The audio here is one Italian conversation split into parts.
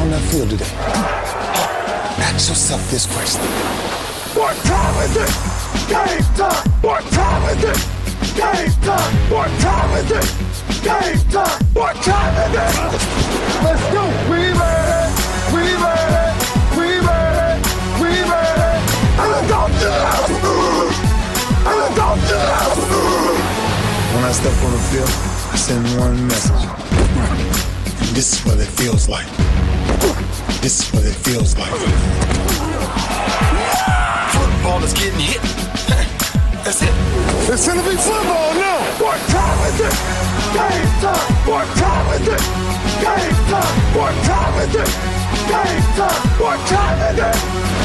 on that field today? Ask yourself this question. What time is it? Game time! What time is it? Game time! What time is it? Game time! What time is it? Let's go! We made it! We made it! We made it! We made it! And let's go to the house! And let's go to the house! When I step on the field, I send one message. This is what it feels like. This is what it feels like. Football is getting hit. That's it. It's gonna be football now. What time is it? Game time. What time is it? Game time. What time is it? Game time. What time is it?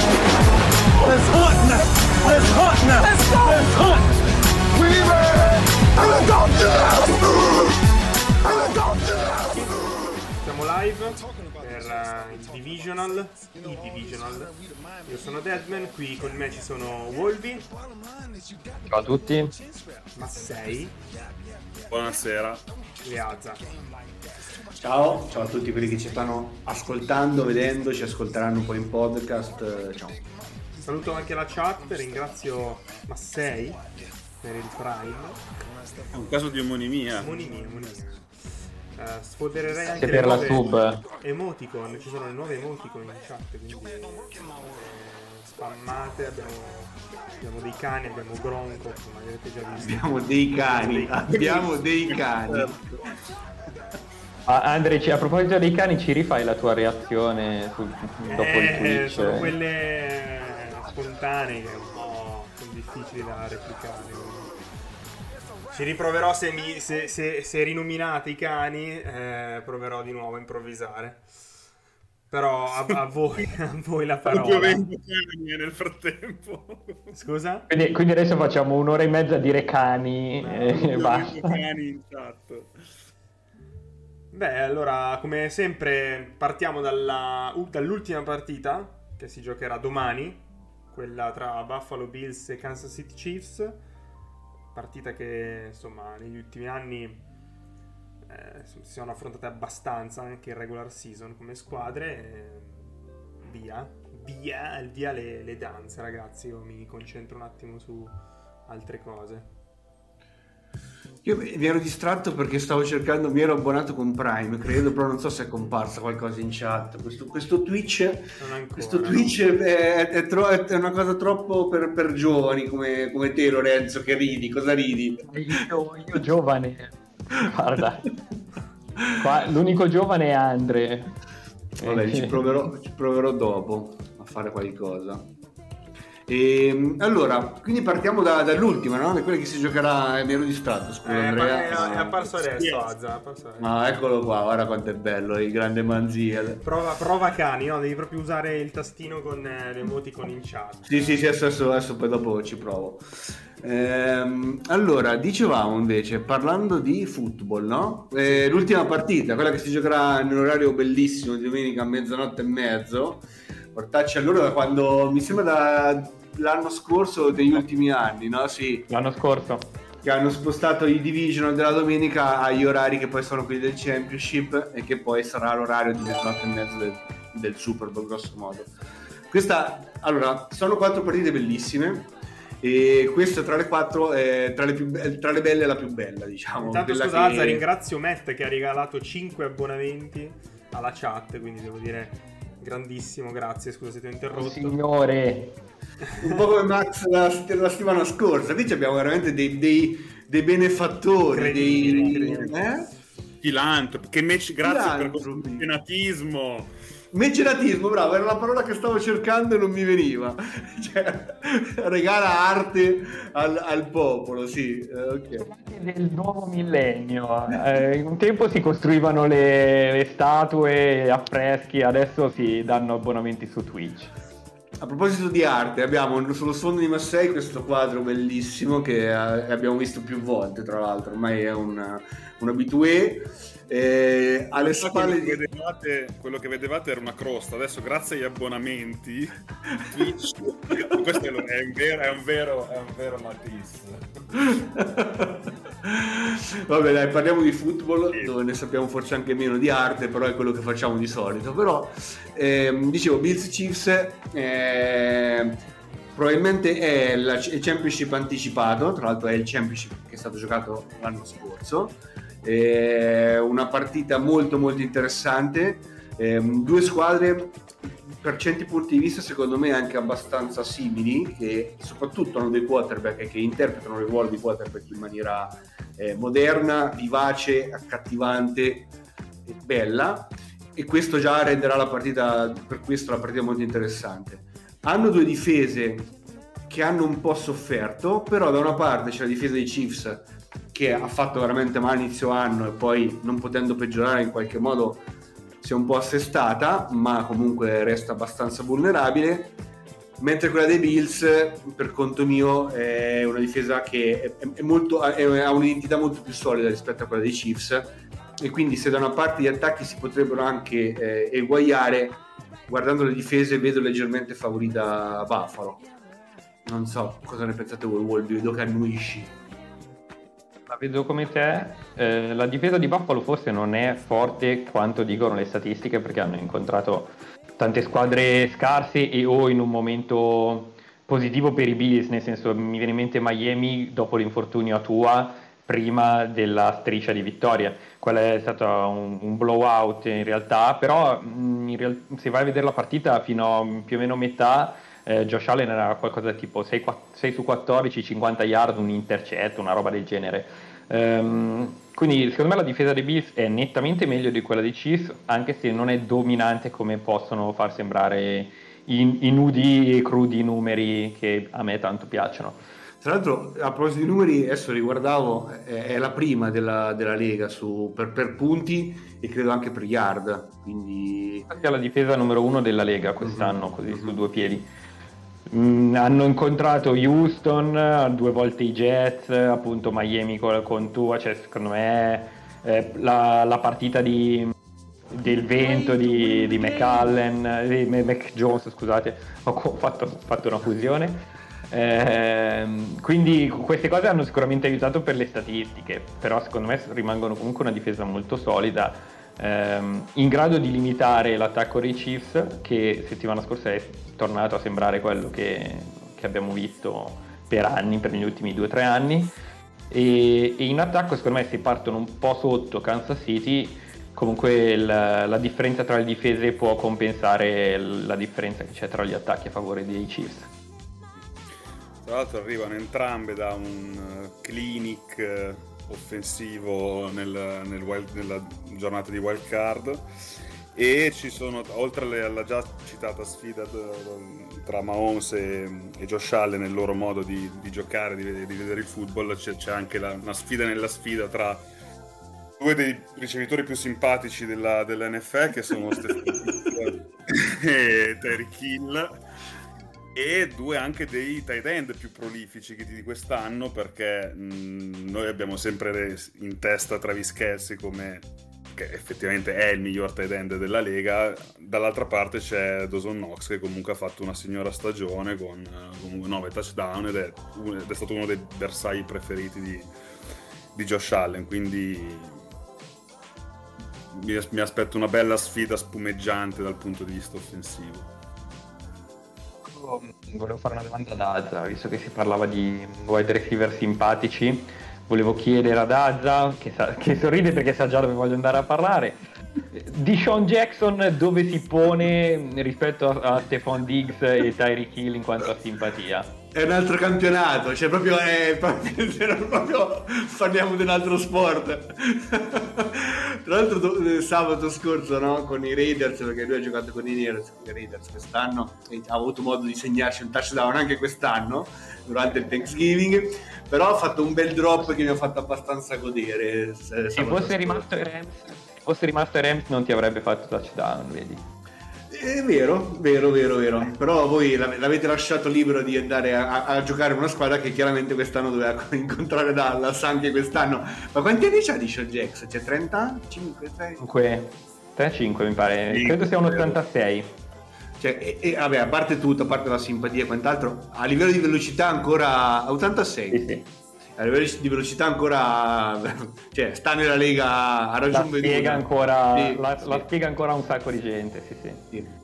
Let's hunt now. Let's hunt now. Let's go. Let's hunt. We made it. And let's go to the house. And let's go to the house. Siamo live per il Divisional, i Divisional. Io sono Deadman, qui con me ci sono Wolvi. Ciao a tutti. Massei. Buonasera. E Azza. Ciao a tutti quelli che ci stanno ascoltando, vedendo, ci ascolteranno poi in podcast. Ciao. Saluto anche la chat, ringrazio Massei per il Prime. È un caso di omonimia. Omonimia. Sfodererei anche per le la sub emoticon, ci sono le nuove emoticon in chat, quindi spammate, abbiamo dei cani, abbiamo Gronco, come avete già visto. Abbiamo dei cani. Andre, a proposito dei cani, ci rifai la tua reazione dopo il Twitch? Sono quelle spontanee che sono difficili da replicare. Ci riproverò se rinominate i cani, proverò di nuovo a improvvisare. Però a voi la parola. Piovendo cani nel frattempo. Scusa? Quindi adesso facciamo un'ora e mezza a dire cani e basta. Cani in chat. Beh, allora, come sempre, partiamo dall'ultima partita, che si giocherà domani, quella tra Buffalo Bills e Kansas City Chiefs. Partita che, insomma, negli ultimi anni si sono affrontate abbastanza anche in regular season come squadre. Via le danze, ragazzi. Io mi concentro un attimo su altre cose. Io mi ero distratto perché mi ero abbonato con Prime, credo, però non so se è comparsa qualcosa in chat. Questo Twitch, Non ancora, questo Twitch è una cosa troppo per giovani come te, Lorenzo, che ridi. Cosa ridi? Io giovane, guarda, qua, l'unico giovane è Andre. Vabbè, ci proverò dopo a fare qualcosa. E allora, quindi partiamo dall'ultima, no? Da quella che si giocherà. Mi ero distratto, scusa Andrea. È apparso adesso, Azza. Ah, eccolo qua, guarda quanto è bello, il grande Manziel. Prova cani, no? Devi proprio usare il tastino con le emoticon in chat. Sì, adesso poi dopo ci provo. Allora, dicevamo invece, parlando di football, no? L'ultima partita, quella che si giocherà in un orario bellissimo, di domenica a mezzanotte e mezzo. Portacci allora da quando, mi sembra dall'anno scorso o degli ultimi anni, no? Sì. L'anno scorso. Che hanno spostato i divisional della domenica agli orari che poi sono quelli del championship e che poi sarà l'orario di mezzanotte e mezzo del Super Bowl, grosso modo. Allora, sono 4 partite bellissime e questa tra le 4 è tra le belle la più bella, diciamo. Intanto scusate, ringrazio Matt che ha regalato 5 abbonamenti alla chat, quindi devo dire grandissimo, grazie, scusa se ti ho interrotto. Signore, un po' come Max la settimana scorsa. Qui abbiamo veramente dei benefattori, incredibile. Filantropi, grazie per questo mecenatismo. Mecenatismo, bravo, era la parola che stavo cercando e non mi veniva. Cioè, regala arte al popolo, sì. Okay. Del nuovo millennio. Un tempo si costruivano le statue, affreschi, adesso si danno abbonamenti su Twitch. A proposito di arte, abbiamo sullo sfondo di Massei questo quadro bellissimo che abbiamo visto più volte, tra l'altro, ormai è un habitué. Alle spalle quello che vedevate era una crosta, adesso grazie agli abbonamenti Twitch, questo è un vero Matisse. Vabbè, dai, parliamo di football, dove ne sappiamo forse anche meno di arte, però è quello che facciamo di solito. Però, dicevo, Bills Chiefs probabilmente è il championship anticipato, tra l'altro è il championship che è stato giocato l'anno scorso. Una partita molto molto interessante, due squadre per certi punti di vista secondo me anche abbastanza simili, che soprattutto hanno dei quarterback che interpretano il ruolo di quarterback in maniera moderna, vivace, accattivante e bella, e questo già renderà la partita, per questo la partita molto interessante. Hanno due difese che hanno un po' sofferto, però da una parte c'è la difesa dei Chiefs che ha fatto veramente male inizio anno e poi non potendo peggiorare in qualche modo si è un po' assestata, ma comunque resta abbastanza vulnerabile, mentre quella dei Bills per conto mio è una difesa che ha un'identità molto più solida rispetto a quella dei Chiefs, e quindi se da una parte gli attacchi si potrebbero anche eguagliare, guardando le difese vedo leggermente favorita Buffalo. Non so cosa ne pensate voi, Wolby, vedo che annuisci. La vedo come te. La difesa di Buffalo forse non è forte quanto dicono le statistiche, perché hanno incontrato tante squadre scarse e o in un momento positivo per i Bills, nel senso, mi viene in mente Miami dopo l'infortunio a Tua prima della striscia di vittoria. Quella è stata un blowout in realtà, però se vai a vedere la partita fino a più o meno metà, Josh Allen era qualcosa tipo 6 su 14, 50 yard, un intercetto, una roba del genere. Quindi secondo me la difesa dei Bills è nettamente meglio di quella dei Chiefs, anche se non è dominante come possono far sembrare i nudi e crudi numeri che a me tanto piacciono. Tra l'altro, a proposito di numeri, adesso riguardavo, è la prima della Lega per punti e credo anche per yard, quindi è la difesa numero 1 della Lega quest'anno, così su due piedi. Hanno incontrato Houston, 2 volte i Jets, appunto Miami con Tua, cioè secondo me la partita del vento di McAllen, di Mac Jones, scusate, ho fatto una fusione. Quindi queste cose hanno sicuramente aiutato per le statistiche, però secondo me rimangono comunque una difesa molto solida, in grado di limitare l'attacco dei Chiefs, che settimana scorsa è tornato a sembrare quello che abbiamo visto per anni, per gli ultimi 2 o 3 anni, e in attacco secondo me se partono un po' sotto Kansas City, comunque la differenza tra le difese può compensare la differenza che c'è tra gli attacchi a favore dei Chiefs. Tra l'altro arrivano entrambe da un clinic offensivo nella giornata di wild card, e ci sono, oltre alla già citata sfida tra Mahomes e Josh Allen nel loro modo di giocare, di vedere il football, c'è anche una sfida nella sfida tra due dei ricevitori più simpatici dell'NFL, che sono Stephen Diggs e Tyreek Hill, e 2 anche dei tight end più prolifici di quest'anno, perché noi abbiamo sempre in testa Travis Kelce che effettivamente è il miglior tight end della Lega. Dall'altra parte c'è Dawson Knox, che comunque ha fatto una signora stagione con 9 touchdown ed è stato uno dei bersagli preferiti di Josh Allen, quindi mi aspetto una bella sfida spumeggiante dal punto di vista offensivo. Volevo fare una domanda ad Azza, visto che si parlava di wide receiver simpatici. Volevo chiedere ad Azza, che sorride perché sa già dove voglio andare a parlare, DeSean Jackson dove si pone rispetto a Stephon Diggs e Tyreek Hill in quanto a simpatia? è un altro campionato, cioè proprio parliamo di un altro sport. Tra l'altro sabato scorso, no, con i Raiders, perché lui ha giocato con i Raiders quest'anno e ha avuto modo di segnarsi un touchdown anche quest'anno durante il Thanksgiving, però ha fatto un bel drop che mi ha fatto abbastanza godere. Se fosse rimasto ai Rams non ti avrebbe fatto touchdown, vedi? È vero, però voi l'avete lasciato libero di andare a giocare una squadra che chiaramente quest'anno doveva incontrare Dallas anche quest'anno. Ma quanti anni c'ha DeSean Jackson? C'è 30 anni? 5, 6? 3-5 mi pare, credo sia un 86. Cioè, vabbè, a parte tutto, a parte la simpatia e quant'altro, a livello di velocità ancora a 86. Sì. a livello di velocità ancora cioè sta nella Lega a raggiungere spiega ancora sì, la sì. spiega ancora un sacco di gente, sì.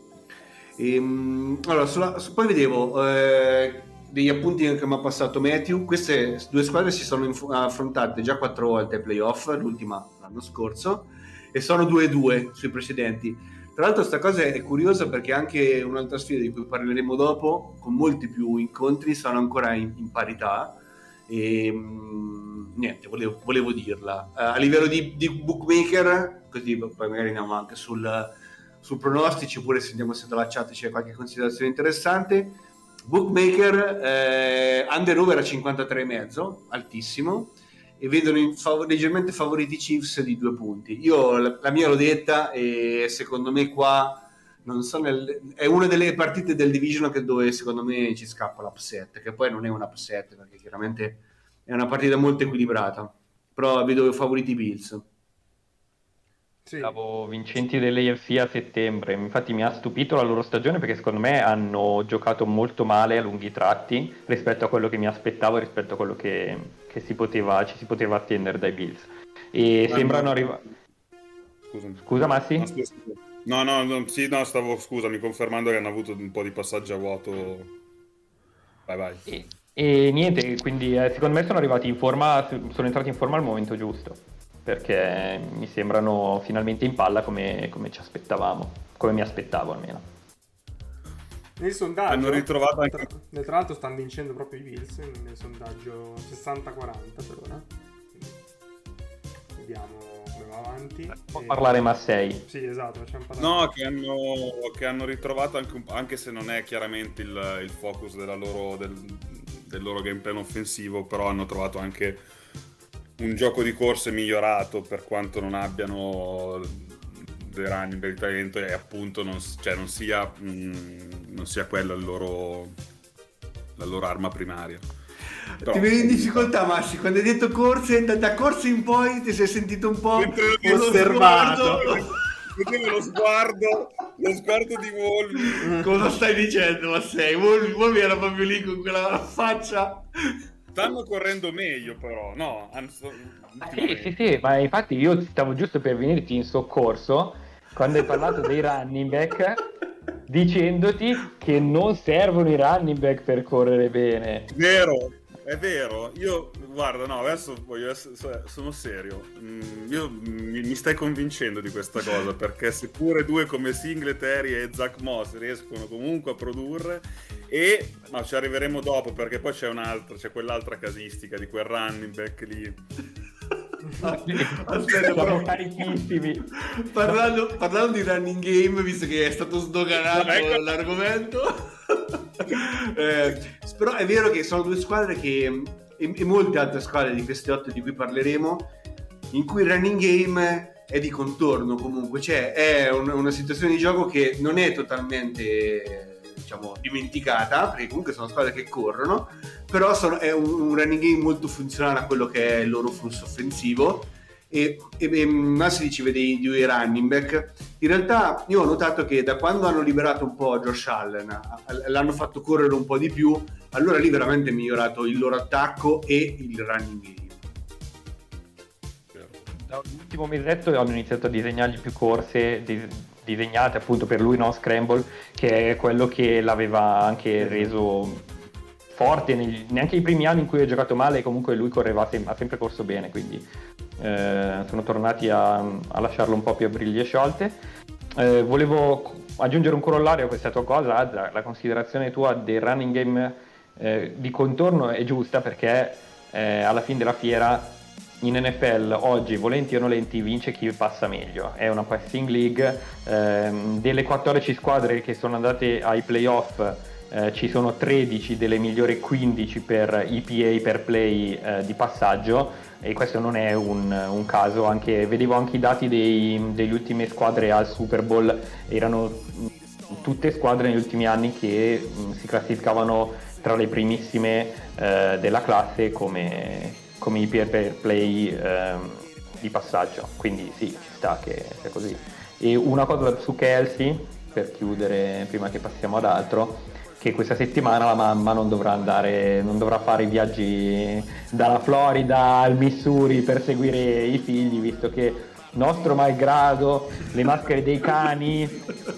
Allora poi vedevo degli appunti che mi ha passato Matthew. Queste due squadre si sono affrontate già 4 volte ai playoff, l'ultima l'anno scorso, e sono 2-2 sui precedenti. Tra l'altro sta cosa è curiosa perché anche un'altra sfida di cui parleremo dopo, con molti più incontri, sono ancora in parità. E niente, volevo dirla. A livello di bookmaker, così poi magari andiamo anche sul pronostici, oppure sentiamo se dalla chat c'è qualche considerazione interessante. Bookmaker under-over a 53,5, altissimo, e vedono leggermente favoriti i Chiefs di 2 punti. Io la mia l'ho detta, e secondo me qua non so, è una delle partite del division dove secondo me ci scappa l'upset, che poi non è un upset perché chiaramente è una partita molto equilibrata, però vedo favoriti i Bills. Sì. Stavo vincenti dell'AFC a settembre, infatti mi ha stupito la loro stagione perché secondo me hanno giocato molto male a lunghi tratti rispetto a quello che mi aspettavo, rispetto a quello che ci si poteva attendere dai Bills, e sembrano arrivare. Scusa Massi? No, stavo scusami, confermando che hanno avuto un po' di passaggio a vuoto. Vai. E niente, quindi secondo me sono arrivati in forma, sono entrati in forma al momento giusto, perché mi sembrano finalmente in palla come ci aspettavamo, come mi aspettavo almeno. Nel sondaggio hanno ritrovato anche... tra l'altro stanno vincendo proprio i Bills nel sondaggio 60-40 per ora. Vediamo come va avanti. Può parlare Massei. Sì, esatto, facciamo parlare. No, che hanno ritrovato anche se non è chiaramente il focus del loro gameplay offensivo, però hanno trovato anche un gioco di corse migliorato, per quanto non abbiano dei running back di talento, e appunto non sia quella la loro arma primaria. Però, ti vedi in difficoltà, Massi, quando hai detto corse, da corse in poi ti sei sentito un po' osservato. Vedevo lo sguardo di Wolvi. Cosa stai dicendo, Massei? Wolvi era proprio lì con quella faccia. Stanno correndo meglio, però, no? Sì, ma infatti io stavo giusto per venirti in soccorso quando hai parlato dei running back, dicendoti che non servono i running back per correre bene. È vero, io guarda, no, adesso sono serio. Io mi stai convincendo di questa cosa, perché seppure due come Singletary e Zach Moss riescono comunque a produrre, ma ci arriveremo dopo, perché poi c'è quell'altra casistica di quel running back lì. Aspetta, però carichissimi. Parlando di running game, visto che è stato sdoganato l'argomento, però è vero che sono 2 squadre che, e molte altre squadre di queste 8 di cui parleremo, in cui il running game è di contorno comunque, cioè è una situazione di gioco che non è totalmente, diciamo, dimenticata, perché comunque sono squadre che corrono, però è un running game molto funzionale a quello che è il loro flusso offensivo. E Massi diceva dei running back. In realtà io ho notato che da quando hanno liberato un po' Josh Allen, l'hanno fatto correre un po' di più, allora lì veramente è migliorato il loro attacco e il running game. Dall'ultimo mesetto hanno iniziato a disegnargli più corse disegnate appunto per lui, no scramble, che è quello che l'aveva anche reso forte neanche i primi anni in cui ha giocato male, comunque lui ha sempre corso bene, quindi sono tornati a lasciarlo un po' più a briglie sciolte. Volevo aggiungere un corollario a questa tua cosa, Azza. La considerazione tua del running game di contorno è giusta, perché alla fine della fiera in NFL oggi, volenti o nolenti, vince chi passa meglio. È una passing league, delle 14 squadre che sono andate ai playoff ci sono 13 delle migliori 15 per EPA per play di passaggio, e questo non è un caso. Vedevo anche i dati delle ultime squadre al Super Bowl, erano tutte squadre negli ultimi anni che si classificavano tra le primissime della classe come EPA per play di passaggio, quindi sì, ci sta che sia così. E una cosa su Kelsey, per chiudere prima che passiamo ad altro, che che questa settimana la mamma non dovrà fare i viaggi dalla Florida al Missouri per seguire i figli, visto che nostro malgrado le maschere dei cani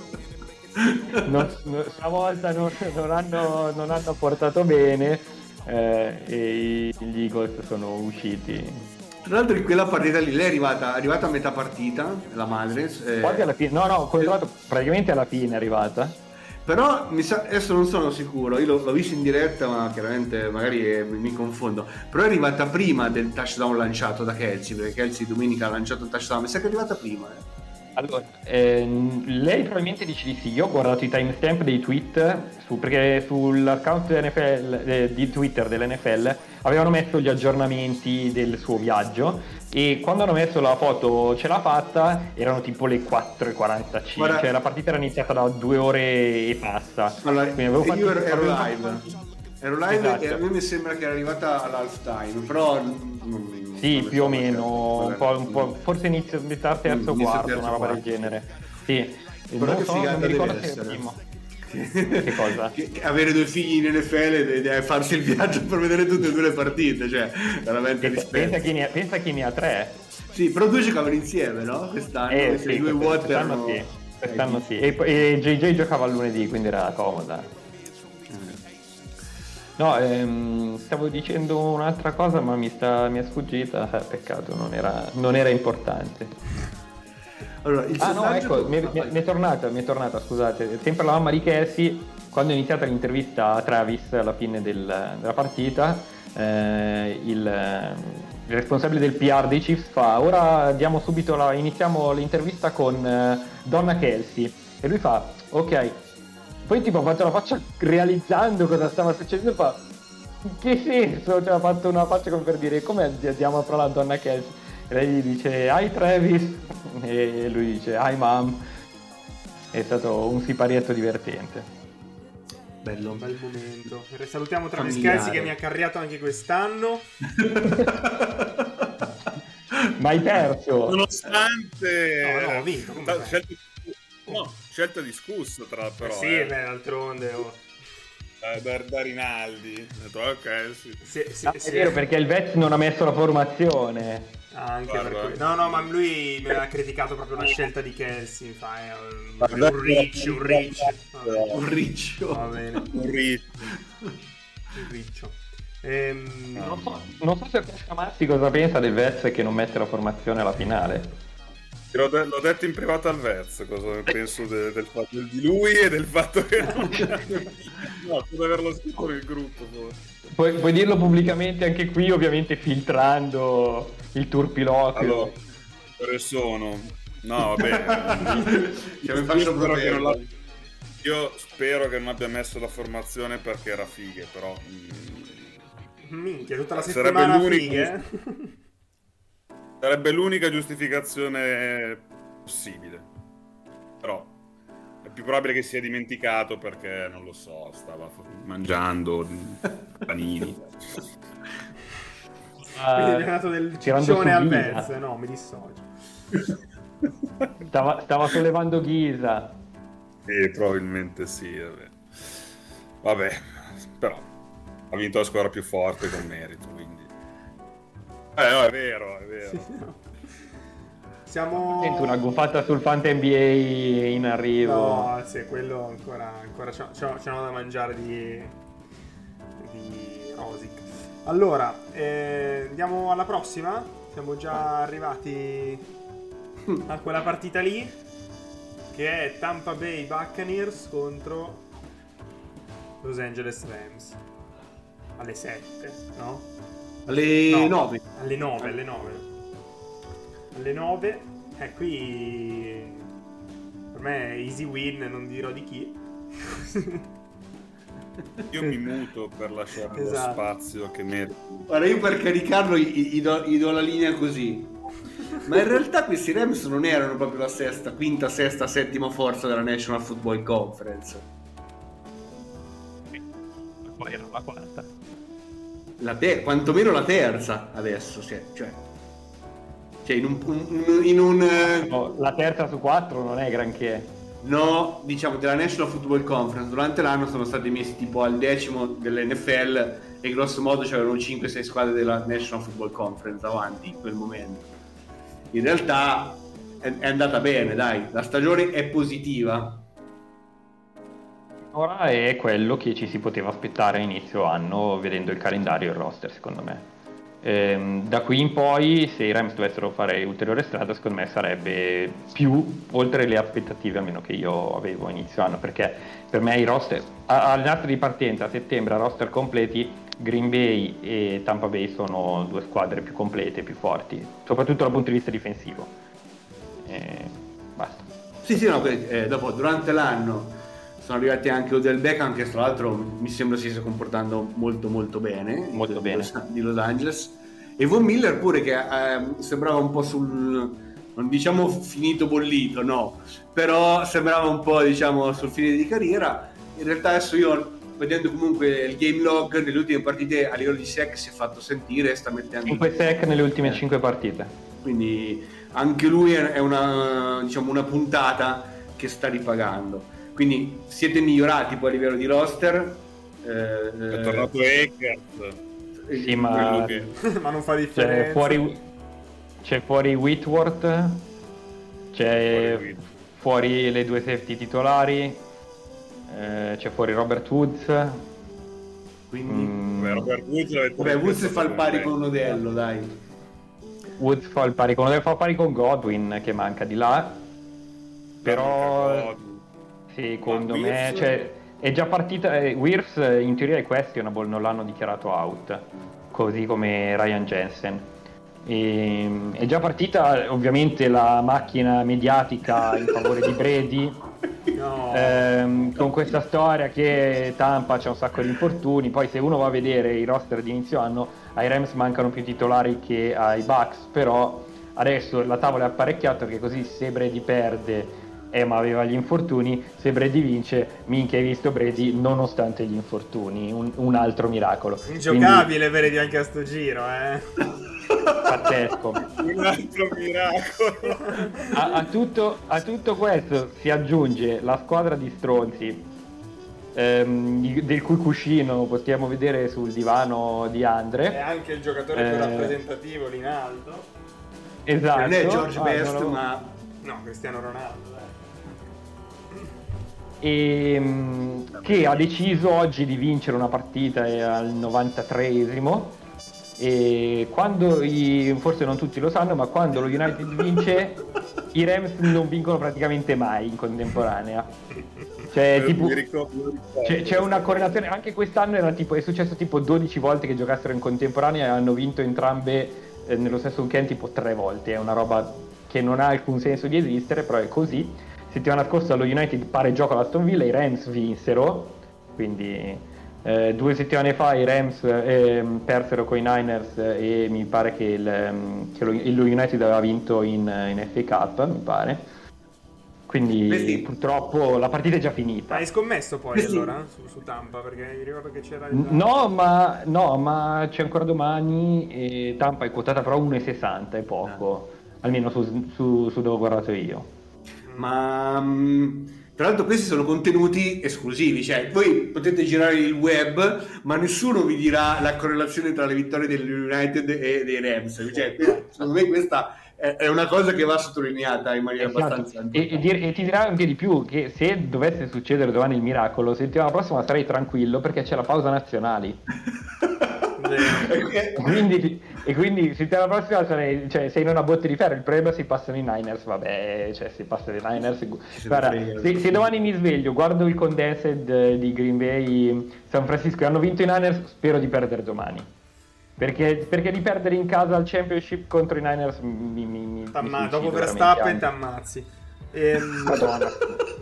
stavolta non hanno portato bene, e gli Eagles sono usciti. Tra l'altro in quella partita lì lei è arrivata a metà partita, la madre. Quasi alla fine, praticamente alla fine è arrivata. Però adesso non sono sicuro, io l'ho visto in diretta, ma chiaramente magari mi confondo. Però è arrivata prima del touchdown lanciato da Kelsey, perché Kelsey domenica ha lanciato il touchdown, mi sa che è arrivata prima. Allora, lei probabilmente dice di sì. Io ho guardato i timestamp dei tweet perché sull'account dell'NFL, di Twitter dell'NFL avevano messo gli aggiornamenti del suo viaggio, e quando hanno messo la foto ce l'ha fatta erano tipo le 4:45. Guarda, cioè la partita era iniziata da 2 ore e passa. Allora, ero live Esatto. E a me mi sembra che era arrivata all'halftime, però sì, più o meno, un po', forse inizio terzo quarto, una roba del genere. Sì, però che non mi ricordo se essere. prima. Che cosa? Che avere 2 figli in NFL e farsi il viaggio per vedere tutte e 2 le partite, cioè veramente rispetto. Pensa chi ne ha 3. Sì, però 2 giocavano insieme, no? Quest'anno, Sì, i 2 Watt erano... quest'anno sì. E JJ giocava il lunedì, quindi era comoda. No, stavo dicendo un'altra cosa, ma mi è sfuggita. Peccato, non era importante. Allora, il ecco, mi è tornata, scusate. Sempre la mamma di Kelsey, quando è iniziata l'intervista a Travis alla fine della partita, il responsabile del PR dei Chiefs fa: ora iniziamo l'intervista con Donna Kelsey, e lui fa: ok. Poi tipo ha fatto la faccia realizzando cosa stava succedendo, fa: in che senso? Cioè ha fatto una faccia come per dire: come diamo fra la Donna Kelsey? E lei gli dice: hi Travis, e lui dice: hi mom. È stato un siparietto divertente. Bello. Un bel momento. Salutiamo Travis Familiare. Kelsey, che mi ha carriato anche quest'anno. Ma hai perso. Nonostante... No, ho vinto. Scelta discussa però. Sì, d'altronde. Da Rinaldi. Ok, sì. È vero, perché il Vets non ha messo la formazione. Anche Guarda. per quello. No, ma lui mi ha criticato proprio la scelta di Kelsey. Un riccio. Vabbè. Un riccio. Va bene. Un riccio. Non so se Massi cosa pensa del Vets che non mette la formazione alla finale. L'ho detto in privato al Vez cosa penso del fatto di lui e del fatto che non no, può averlo scritto nel gruppo puoi dirlo pubblicamente anche qui, ovviamente filtrando il turpiloquio. allora, sono no vabbè io spero che non abbia messo la formazione perché era fighe, però minchia, tutta la settimana fighe. Sarebbe l'unica giustificazione possibile. Però è più probabile che sia dimenticato perché, non lo so, stava mangiando panini. Quindi è nato del ciccione al Vez. No, mi dissocio. Stava sollevando ghisa. Probabilmente sì, vabbè. Però ha vinto la squadra più forte con merito, quindi no, è vero. Sì, no. Siamo... Sento una gufata sul Fanta NBA in arrivo. No, sì, quello ancora c'è da mangiare di Rosic. Allora, andiamo alla prossima. Siamo già arrivati a quella partita lì, che è Tampa Bay Buccaneers contro Los Angeles Rams. Alle 7, no? Alle 9. Alle 9. Qui per me è easy win, non dirò di chi. Io mi muto per lasciare lo spazio che merito. Guarda, io per caricarlo gli do la linea così. Ma in realtà questi Rams non erano proprio la quinta, sesta, settima forza della National Football Conference. Poi era la quarta. Quantomeno la terza adesso, cioè in un No, la terza su 4 non è granché. no, diciamo della National Football Conference durante l'anno sono stati messi tipo al 10° dell'NFL e grosso modo c'erano 5-6 squadre della National Football Conference avanti in quel momento. In realtà è andata bene, dai, la stagione è positiva. Ora è quello che ci si poteva aspettare a inizio anno vedendo il calendario e il roster, secondo me. Da qui in poi, se i Rams dovessero fare ulteriore strada, secondo me sarebbe più oltre le aspettative, almeno che io avevo a inizio anno, perché per me i roster alle date di partenza a settembre, a roster completi, Green Bay e Tampa Bay sono due squadre più complete, più forti, soprattutto dal punto di vista difensivo. Basta. Sì, no, dopo durante l'anno sono arrivati anche Odell Beckham, che tra l'altro mi sembra si stia comportando molto molto bene, di Los Angeles, e Von Miller pure, che sembrava un po' non diciamo finito bollito, no, però sembrava un po', diciamo, sul fine di carriera. In realtà adesso io, vedendo comunque il game log nelle ultime partite, a livello di sack si è fatto sentire, sta mettendo 5 sack nelle ultime 5 partite, quindi anche lui è una, diciamo, una puntata che sta ripagando. Quindi siete migliorati poi a livello di roster. È tornato Akers. Sì, ma ma non fa differenza. C'è fuori Whitworth, c'è fuori le due safety titolari, c'è fuori Robert Woods. Quindi Robert Woods, Woods fa il pari con Odello, dai. Woods fa il pari con Godwin, che manca di là. Però secondo me, cioè, è già partita. Wirfs in teoria è questionable, non l'hanno dichiarato out, così come Ryan Jensen. È già partita ovviamente la macchina mediatica in favore di Brady. No. Con questa storia che Tampa c'è un sacco di infortuni. Poi se uno va a vedere i roster di inizio anno, ai Rams mancano più titolari che ai Bucks, però adesso la tavola è apparecchiata, perché così se Brady perde ma aveva gli infortuni, se Brady vince, minchia, hai visto Brady nonostante gli infortuni, un altro miracolo. Ingiocabile Brady anche a sto giro, pazzesco. Un altro miracolo. A tutto questo si aggiunge la squadra di stronzi, del cui cuscino possiamo vedere sul divano di Andre, e anche il giocatore più rappresentativo lì in alto. Esatto. Non è George Best, ma no, Cristiano Ronaldo, che ha deciso oggi di vincere una partita al 93esimo, e quando forse non tutti lo sanno, ma quando lo United vince i Rams non vincono praticamente mai in contemporanea. Cioè, tipo, c'è una correlazione. Anche quest'anno è successo tipo 12 volte che giocassero in contemporanea e hanno vinto entrambe nello stesso weekend tipo 3 volte. È una roba che non ha alcun senso di esistere, però è così. Settimana scorsa allo United pareggiò con l'Aston Villa, i Rams vinsero, quindi 2 settimane fa i Rams persero con i Niners, e mi pare che lo United aveva vinto in FA Cup, mi pare. Quindi purtroppo la partita è già finita. Hai scommesso poi allora su Tampa, perché mi ricordo che c'era No, ma c'è ancora domani, e Tampa è quotata però 1,60, è poco, almeno su dove ho guardato io. Ma tra l'altro questi sono contenuti esclusivi, cioè voi potete girare il web, ma nessuno vi dirà la correlazione tra le vittorie dell'United e dei Rams. Cioè, secondo me questa è una cosa che va sottolineata in maniera abbastanza e ti dirà anche di più, che se dovesse succedere domani il miracolo, settimana prossima sarei tranquillo, perché c'è la pausa nazionali. Quindi settimana prossima sei in una botte di ferro. Il problema è se passano i Niners, vabbè, cioè se passano i Niners, guarda, se domani mi sveglio, guardo il condensed di Green Bay San Francisco e hanno vinto i Niners, spero di perdere domani, perché di perdere in casa al Championship contro i Niners mi dopo Verstappen ti ammazzi. Madonna.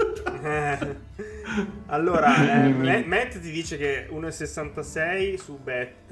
Allora, Matt ti dice che 1,66 su Bet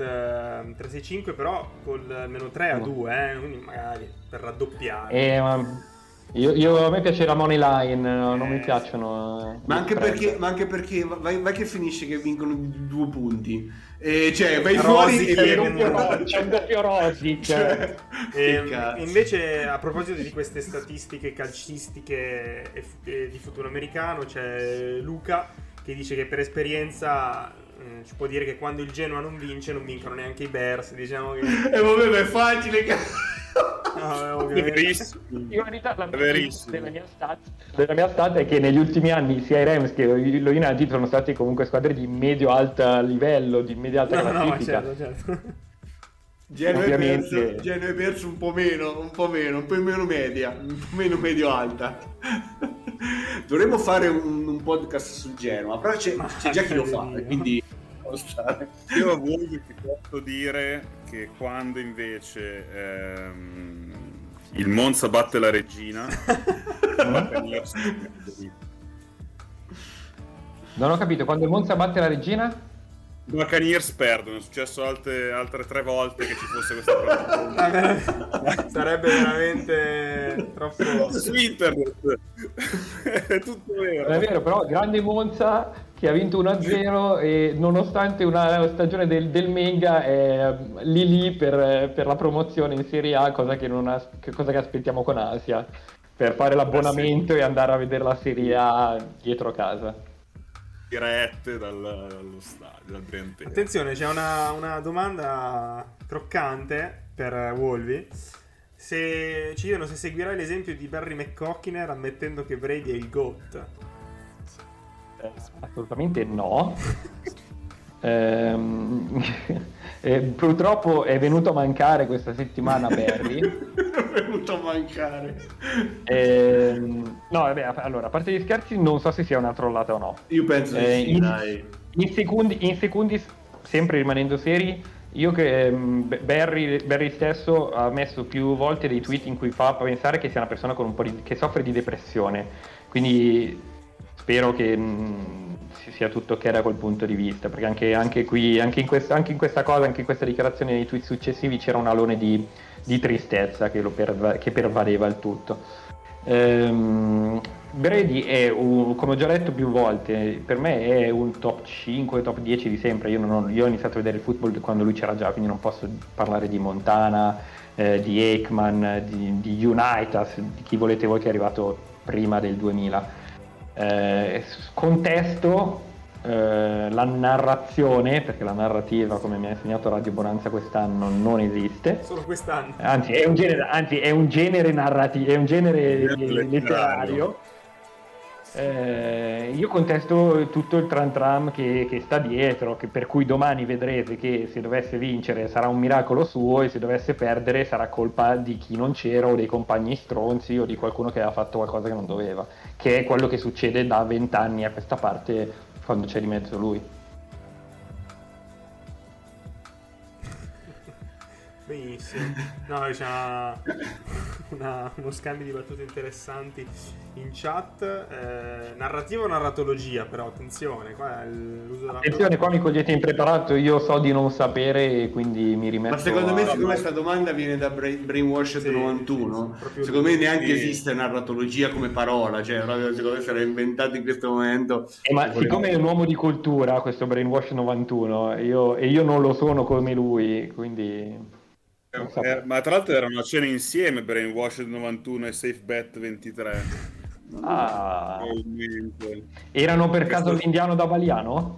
365, però col meno 3 a 2, quindi magari per raddoppiare. A me piace la money line, non mi piacciono. Ma anche perché vai che finisce che vincono 2 punti. Cioè, vai fuori c'è un doppio Rosic. Cioè, invece, a proposito di queste statistiche calcistiche e di futuro americano, c'è Luca che dice che per esperienza ci può dire che quando il Genoa non vince, non vincono neanche i Bears. Diciamo che vabbè, ma è facile, no, è verissimo. In verità la verissimo. della mia stat è che negli ultimi anni sia i Rams che lo United sono stati comunque squadre di medio-alto livello, di medio-alta classifica. No, certo. Genoa Ovviamente è perso un po' meno media, un po' meno medio-alta. Dovremmo fare un podcast sul Genoa, però c'è già chi lo fa, quindi può stare. Io a voi ti posso dire che quando invece il Monza batte la Regina non ho capito, quando il Monza batte la Regina? i Buccaneers perdono. È successo altre 3 volte che ci fosse questa partita. Sarebbe veramente troppo su internet è tutto vero. È vero, però grande Monza che ha vinto 1-0 e nonostante una stagione del Mega è lì per la promozione in Serie A, cosa che aspettiamo con ansia per fare l'abbonamento e andare a vedere la Serie A dietro casa. Dirette dallo stadio, dal Briantello. Attenzione, c'è una domanda croccante per Wolvi. Se ci chiedono se seguirai l'esempio di Barry McCockiner ammettendo che Brady è il GOAT. Assolutamente no. Purtroppo è venuto a mancare questa settimana Barry. È venuto a mancare. No, vabbè, allora, a parte gli scherzi, non so se sia una trollata o no. Io penso che sì, dai. In secondi, sempre rimanendo seri, io che Barry stesso ha messo più volte dei tweet in cui fa pensare che sia una persona con che soffre di depressione, quindi spero che sia tutto ok da quel punto di vista, perché anche in questa dichiarazione nei tweet successivi c'era un alone di tristezza che pervadeva il tutto. Brady è come ho già detto più volte, per me è un top 5, top 10 di sempre. Io ho iniziato a vedere il football quando lui c'era già, quindi non posso parlare di Montana, di Aikman, di Unitas, di chi volete voi che è arrivato prima del 2000. Contesto la narrazione, perché la narrativa, come mi ha insegnato Radio Bonanza quest'anno, non esiste. Solo quest'anno. Anzi, è un genere narrativo, è un genere letterario. Io contesto tutto il tram che sta dietro, per cui domani vedrete che se dovesse vincere sarà un miracolo suo e se dovesse perdere sarà colpa di chi non c'era o dei compagni stronzi o di qualcuno che aveva fatto qualcosa che non doveva, che è quello che succede da 20 anni a questa parte quando c'è di mezzo lui. Benissimo. No, c'è uno scambio di battute interessanti in chat. Narrativa o narratologia, però attenzione, qua è l'uso della Attenzione, qua mi cogliete impreparato, io so di non sapere e quindi mi rimetto. Ma secondo me, siccome questa domanda viene da Brainwashed 91, secondo me neanche esiste narratologia come parola, cioè secondo me sarà inventato in questo momento. Ma siccome è un uomo di cultura, questo Brainwash 91, io non lo sono come lui, quindi. Ma tra l'altro erano a cena insieme Brainwashed 91 e Safe Bet 23. Erano per caso l'indiano da Valiano?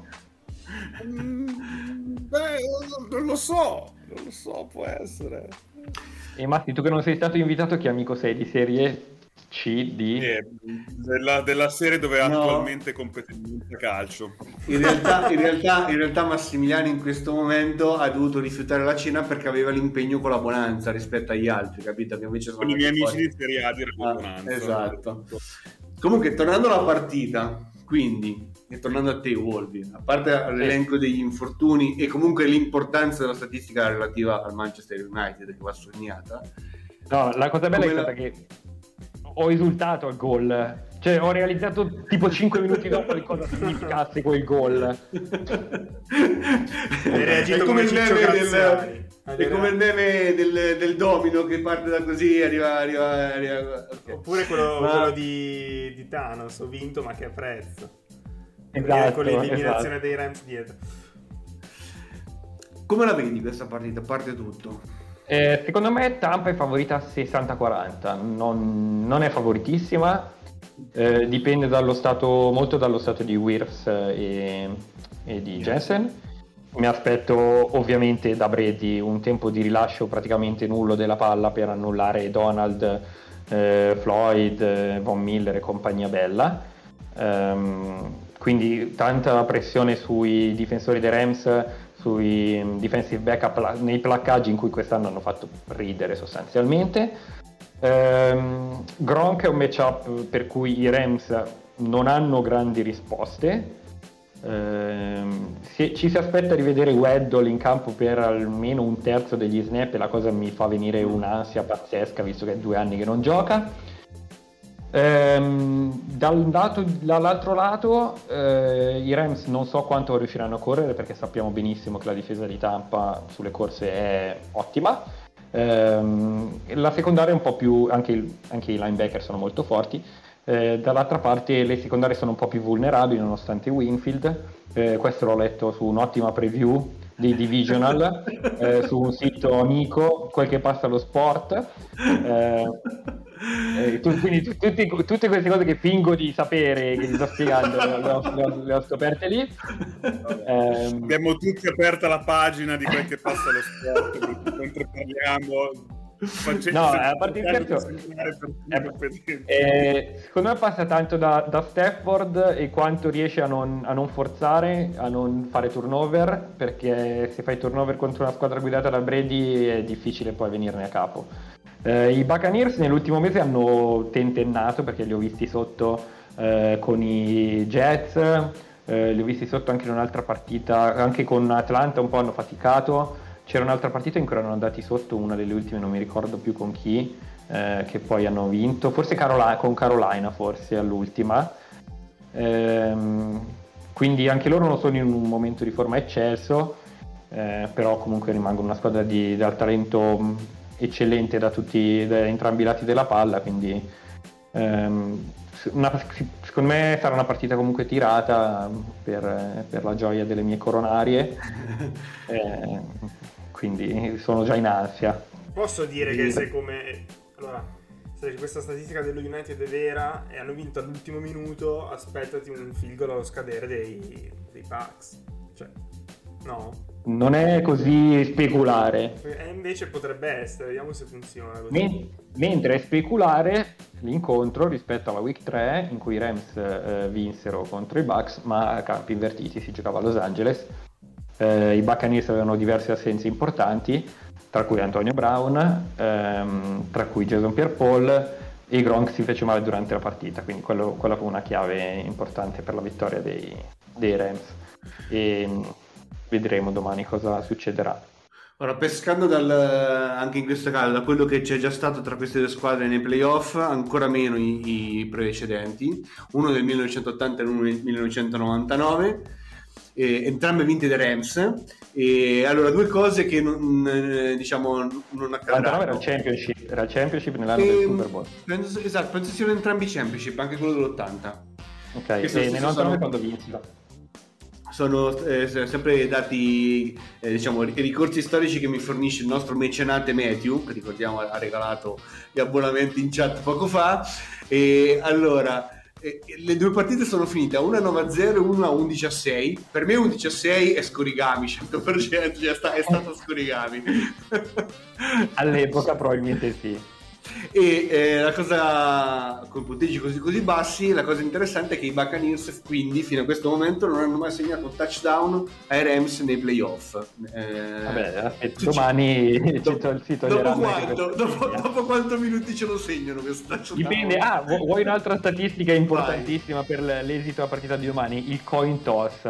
Beh, non lo so, può essere. E Matti, tu che non sei stato invitato, che amico sei di serie C, D? Della serie dove attualmente compete il calcio. In realtà Massimiliano in questo momento ha dovuto rifiutare la cena perché aveva l'impegno con la Bonanza rispetto agli altri, capito? Che invece sono con i miei amici fuori. di Serie A di Bonanza. Esatto. Comunque, tornando alla partita, quindi, e tornando a te, Wolvi, a parte l'elenco degli infortuni e comunque l'importanza della statistica relativa al Manchester United che va sognata. No, la cosa bella è stata che ho esultato al gol Cioè, ho realizzato tipo 5 minuti dopo di cosa significasse quel gol. Hai reagito come Ciccio Graziani. È come il meme del domino che parte da così, arriva. Okay. Oppure quello di Thanos, ho vinto ma che a prezzo. Esatto, con l'eliminazione esatto. dei Rams dietro. Come la vedi questa partita? A parte tutto. Secondo me Tampa è favorita 60-40, non è favoritissima, dipende molto dallo stato di Wirfs e di Jensen. Mi aspetto ovviamente da Brady un tempo di rilascio praticamente nullo della palla per annullare Donald, Floyd, Von Miller e compagnia bella. Quindi tanta pressione sui difensori dei Rams, sui defensive backup nei placcaggi in cui quest'anno hanno fatto ridere sostanzialmente. Gronk è un matchup per cui i Rams non hanno grandi risposte. Ci si aspetta di vedere Weddle in campo per almeno un terzo degli snap e la cosa mi fa venire un'ansia pazzesca visto che è 2 anni che non gioca. Dall'altro lato i Rams non so quanto riusciranno a correre perché sappiamo benissimo che la difesa di Tampa sulle corse è ottima. La secondaria è un po' più, anche i linebacker sono molto forti. Dall'altra parte le secondarie sono un po' più vulnerabili nonostante Winfield. Questo l'ho letto su un'ottima preview di Divisional su un sito amico, quel che passa allo sport. Quindi tutte queste cose che fingo di sapere, che vi sto spiegando, le ho scoperte lì. Abbiamo tutti aperta la pagina di quel che passa allo sport, mentre parliamo. A parte il scherzo, secondo me passa tanto da Stafford e quanto riesce a non forzare, a non fare turnover, perché se fai turnover contro una squadra guidata da Brady è difficile poi venirne a capo. I Buccaneers nell'ultimo mese hanno tentennato perché li ho visti sotto con i Jets, li ho visti sotto anche in un'altra partita, anche con Atlanta un po' hanno faticato. C'era un'altra partita in cui erano andati sotto, una delle ultime, non mi ricordo più con chi, che poi hanno vinto, forse con Carolina forse all'ultima. Quindi anche loro non sono in un momento di forma eccelso, però comunque rimangono una squadra dal talento eccellente da entrambi i lati della palla, quindi secondo me sarà una partita comunque tirata per la gioia delle mie coronarie. Quindi sono già in ansia. Posso dire che se questa statistica dello United è vera e hanno vinto all'ultimo minuto, aspettati un field goal allo scadere dei Bucks. Cioè, no? Non è così speculare. Invece potrebbe essere, vediamo se funziona così. Mentre è speculare l'incontro rispetto alla Week 3 in cui i Rams vinsero contro i Bucks, ma a campi invertiti, si giocava a Los Angeles. I Buccaneers avevano diverse assenze importanti, tra cui Antonio Brown, tra cui Jason Pierre-Paul, e Gronk si fece male durante la partita, quindi quella fu una chiave importante per la vittoria dei Rams. E vedremo domani cosa succederà. Ora, pescando anche in questo caso da quello che c'è già stato tra queste due squadre nei playoff, ancora meno i precedenti, uno del 1980 e uno del 1999, entrambe vinte dai Rams. E allora, due cose che non accadranno. Era il championship nell'anno del Super Bowl. Penso siano entrambi i championship, anche quello dell'80. Ok, e nel 99 quando vinse? Sono sempre dati i ricorsi storici che mi fornisce il nostro mecenate Matthew, che ricordiamo ha regalato gli abbonamenti in chat poco fa. E allora le due partite sono finite, una 9-0 e una 11-6. Per me 11-6 è Scorigami 100%, è stato Scorigami. All'epoca probabilmente sì. E la cosa, con punteggi così bassi, la cosa interessante è che i Buccaneers quindi fino a questo momento non hanno mai segnato un touchdown ai Rams nei playoff. Domani dopo quanto minuti ce lo segnano questo touchdown? Dipende. Vuoi un'altra statistica importantissima per l'esito della partita di domani? Il coin toss.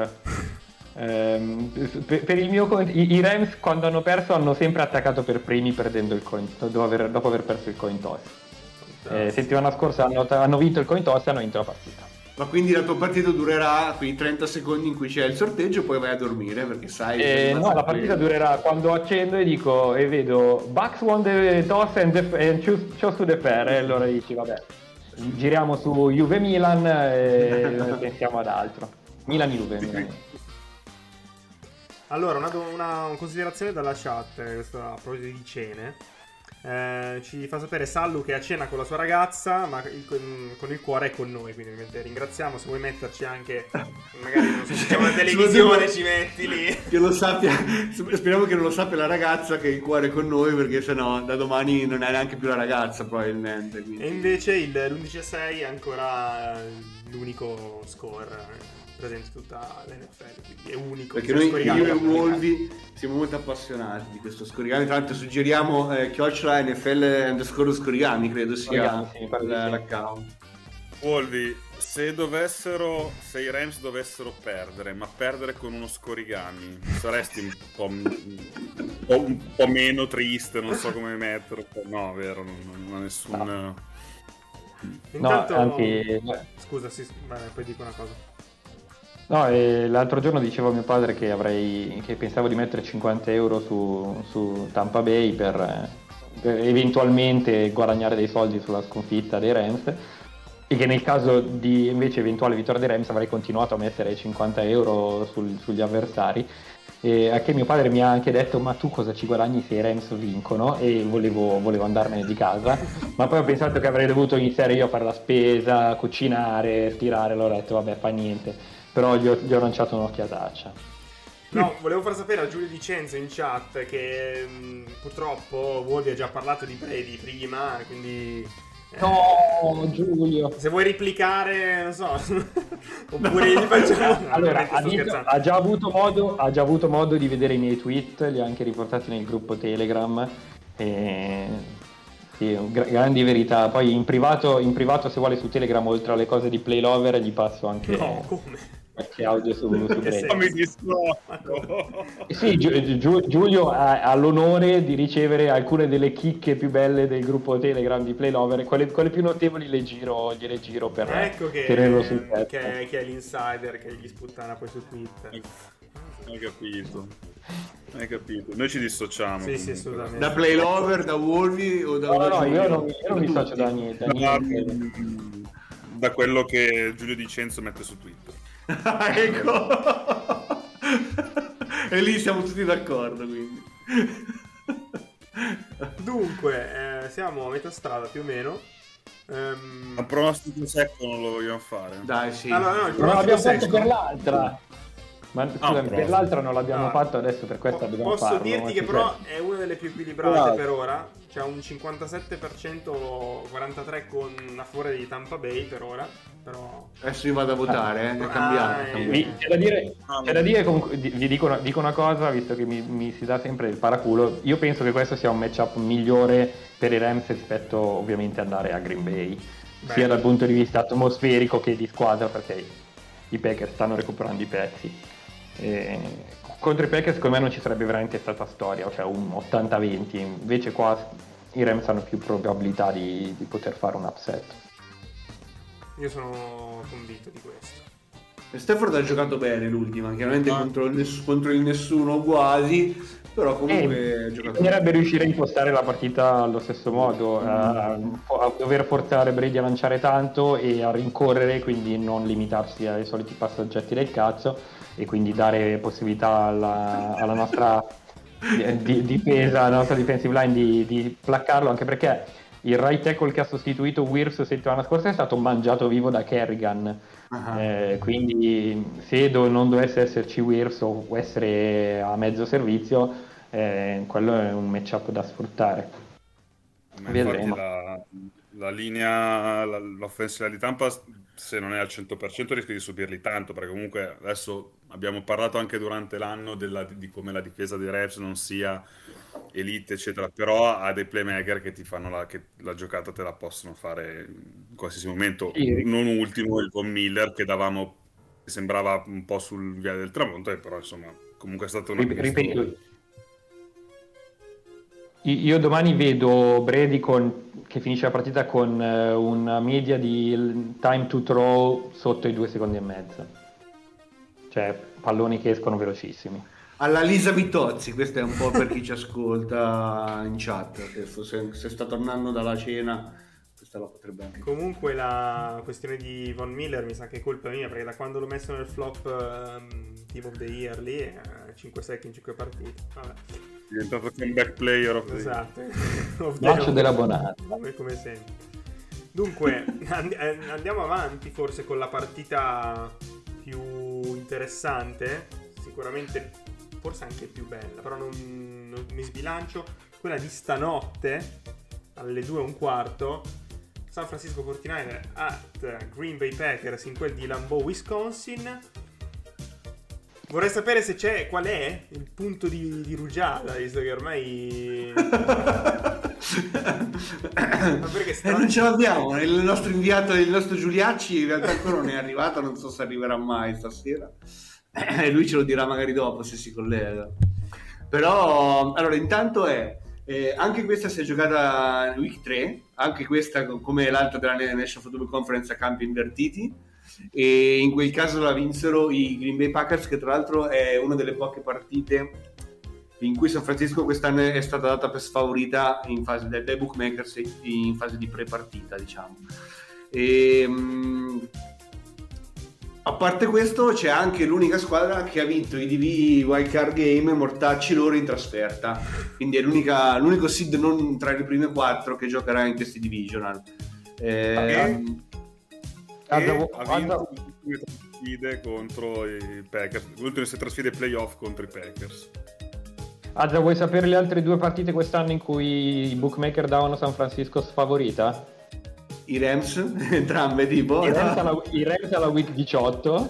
Per il mio i Rams quando hanno perso hanno sempre attaccato per primi perdendo il coin dopo aver perso il coin toss. settimana scorsa hanno vinto il coin toss e hanno vinto la partita. Ma quindi la tua partita durerà quei 30 secondi in cui c'è il sorteggio, poi vai a dormire perché sai. No, la partita durerà quando accendo e dico e vedo Bucks won the toss and chose to defer, e allora dici vabbè, giriamo su Juve Milan e pensiamo ad altro. Milan Juve. Allora, una considerazione dalla chat, questo a proposito di cene. Ci fa sapere Sallu che è a cena con la sua ragazza, ma con il cuore è con noi, quindi ringraziamo. Se vuoi metterci anche, magari non so, se c'è una televisione, ci metti lì. Che lo sappia, speriamo che non lo sappia la ragazza che il cuore è con noi, perché sennò da domani non è neanche più la ragazza probabilmente. Quindi. E invece l'11-6 è ancora l'unico score presente tutta l'NFL, quindi è unico. Perché noi, io e Wolvi, siamo molto appassionati di questo scorigami. Tra l'altro suggeriamo chiocciola NFL_scorigami, credo sia l'account. Wolvi, se i Rams dovessero perdere, ma perdere con uno scorigami, saresti un po' meno triste, non so come metterlo. No, vero, non ha nessun... No. Intanto... No, anche... Scusa, sì, poi dico una cosa. No, l'altro giorno dicevo a mio padre che pensavo di mettere 50 euro su Tampa Bay per eventualmente guadagnare dei soldi sulla sconfitta dei Rams, e che nel caso di invece eventuale vittoria dei Rams avrei continuato a mettere 50 euro sugli avversari. E a che mio padre mi ha anche detto: ma tu cosa ci guadagni se i Rams vincono? E volevo andarmene di casa, ma poi ho pensato che avrei dovuto iniziare io a fare la spesa, cucinare, stirare, allora ho detto vabbè, fa niente. Però gli ho lanciato un'occhiataccia. No, volevo far sapere a Giulio Dicenzo in chat che purtroppo Wolvi ha già parlato di Brady prima, quindi... No, Giulio! Se vuoi replicare, non so, oppure gli facciamo... Allora, ha già avuto modo di vedere i miei tweet, li ha anche riportati nel gruppo Telegram. Sì, grandi verità. Poi in privato se vuole su Telegram, oltre alle cose di Play Lover, gli passo anche... No, come? Qualche audio su Brady. Mi dissocio. Sì, Giulio ha l'onore di ricevere alcune delle chicche più belle del gruppo Telegram di Play Lover, quelle più notevoli gliele giro per tenerlo sul pezzo. Che è l'insider che gli sputtana poi su Twitter. Hai capito. Noi ci dissociamo. Sì, assolutamente. Da Play Lover, da Wolvi o da... No, io non mi dissocio da niente. Da quello che Giulio Dicenzo mette su Twitter. Ecco. E lì siamo tutti d'accordo, quindi. Dunque, siamo a metà strada più o meno. Un pronostico secco non lo vogliamo fare. Dai, sì. Allora, no, il non l'abbiamo pronostico fatto per l'altra. Ma scusami, per l'altra non l'abbiamo fatto, adesso per questa dobbiamo farlo. Posso dirti che però è una delle più equilibrate per ora. C'è un 57% 43 con a favore di Tampa Bay per ora. Però... Adesso io vado a votare, è cambiato. C'è da dire comunque, vi dico una cosa, visto che mi si dà sempre il paraculo. Io penso che questo sia un matchup migliore per i Rams rispetto ovviamente ad andare a Green Bay. Sia dal punto di vista atmosferico che di squadra, perché i Packers stanno recuperando i pezzi. Contro i Packers secondo me non ci sarebbe veramente stata storia, cioè un 80-20, invece qua i Rams hanno più probabilità di poter fare un upset. Io sono convinto di questo. Stafford ha giocato bene l'ultima, chiaramente contro il nessuno quasi, però comunque ha giocato bisognerebbe bene. Riuscire a impostare la partita allo stesso modo, a dover forzare Brady a lanciare tanto e a rincorrere, quindi non limitarsi ai soliti passaggetti del cazzo, e quindi dare possibilità alla nostra difesa, alla nostra defensive line di placcarlo, anche perché il right tackle che ha sostituito Wirfs settimana scorsa è stato mangiato vivo da Kerrigan. Quindi se non dovesse esserci Wirfs o essere a mezzo servizio, quello è un matchup da sfruttare. Vedremo. La linea, l'offensiva di Tampa, se non è al 100% rischia di subirli tanto, perché comunque adesso abbiamo parlato anche durante l'anno di come la difesa dei Rams non sia elite eccetera, però ha dei playmaker che ti fanno la giocata te la possono fare in qualsiasi momento. Non ultimo il Von Miller, che sembrava un po' sul via del tramonto, però insomma comunque è stato una Io domani vedo Brady che finisce la partita con una media di time to throw sotto i 2 secondi e mezzo. Cioè, palloni che escono velocissimi. Alla Lisa Vitozzi, questo è un po' per chi ci ascolta in chat, se sta tornando dalla cena, questa la potrebbe anche. Comunque la questione di Von Miller mi sa che è colpa mia, perché da quando l'ho messo nel flop Team of the Year lì 5 sec in 5 partite. Vabbè. È diventato comeback player of the year. Esatto. Bacio dell'abbonato. Come sempre. Dunque, andiamo avanti forse con la partita più interessante, sicuramente forse anche più bella, però non mi sbilancio, quella di stanotte alle 2:15, San Francisco 49er at Green Bay Packers in quel di Lambeau, Wisconsin. Vorrei sapere se qual è il punto di rugiada, visto che ormai ma perché non ce l'abbiamo, il nostro inviato, il nostro Giuliacci in realtà ancora non è arrivato, non so se arriverà mai stasera, e lui ce lo dirà magari dopo se si collega. Però allora intanto anche questa si è giocata in week 3, anche questa come l'altra della National Football Conference a campi invertiti, e in quel caso la vinsero i Green Bay Packers, che tra l'altro è una delle poche partite in cui San Francisco quest'anno è stata data per sfavorita in fase dai bookmakers in fase di pre-partita, diciamo. E a parte questo c'è anche l'unica squadra che ha vinto i DV Wild Card Game mortacci loro in trasferta, quindi è l'unico seed non tra le prime 4 che giocherà in questi divisional. Ha vinto le ultime 3 sfide contro i Packers, le ultime 3 sfide playoff contro i Packers. Già, vuoi sapere le altre 2 partite quest'anno in cui i bookmaker davano San Francisco sfavorita? I Rams, entrambe tipo. I Rams alla week 18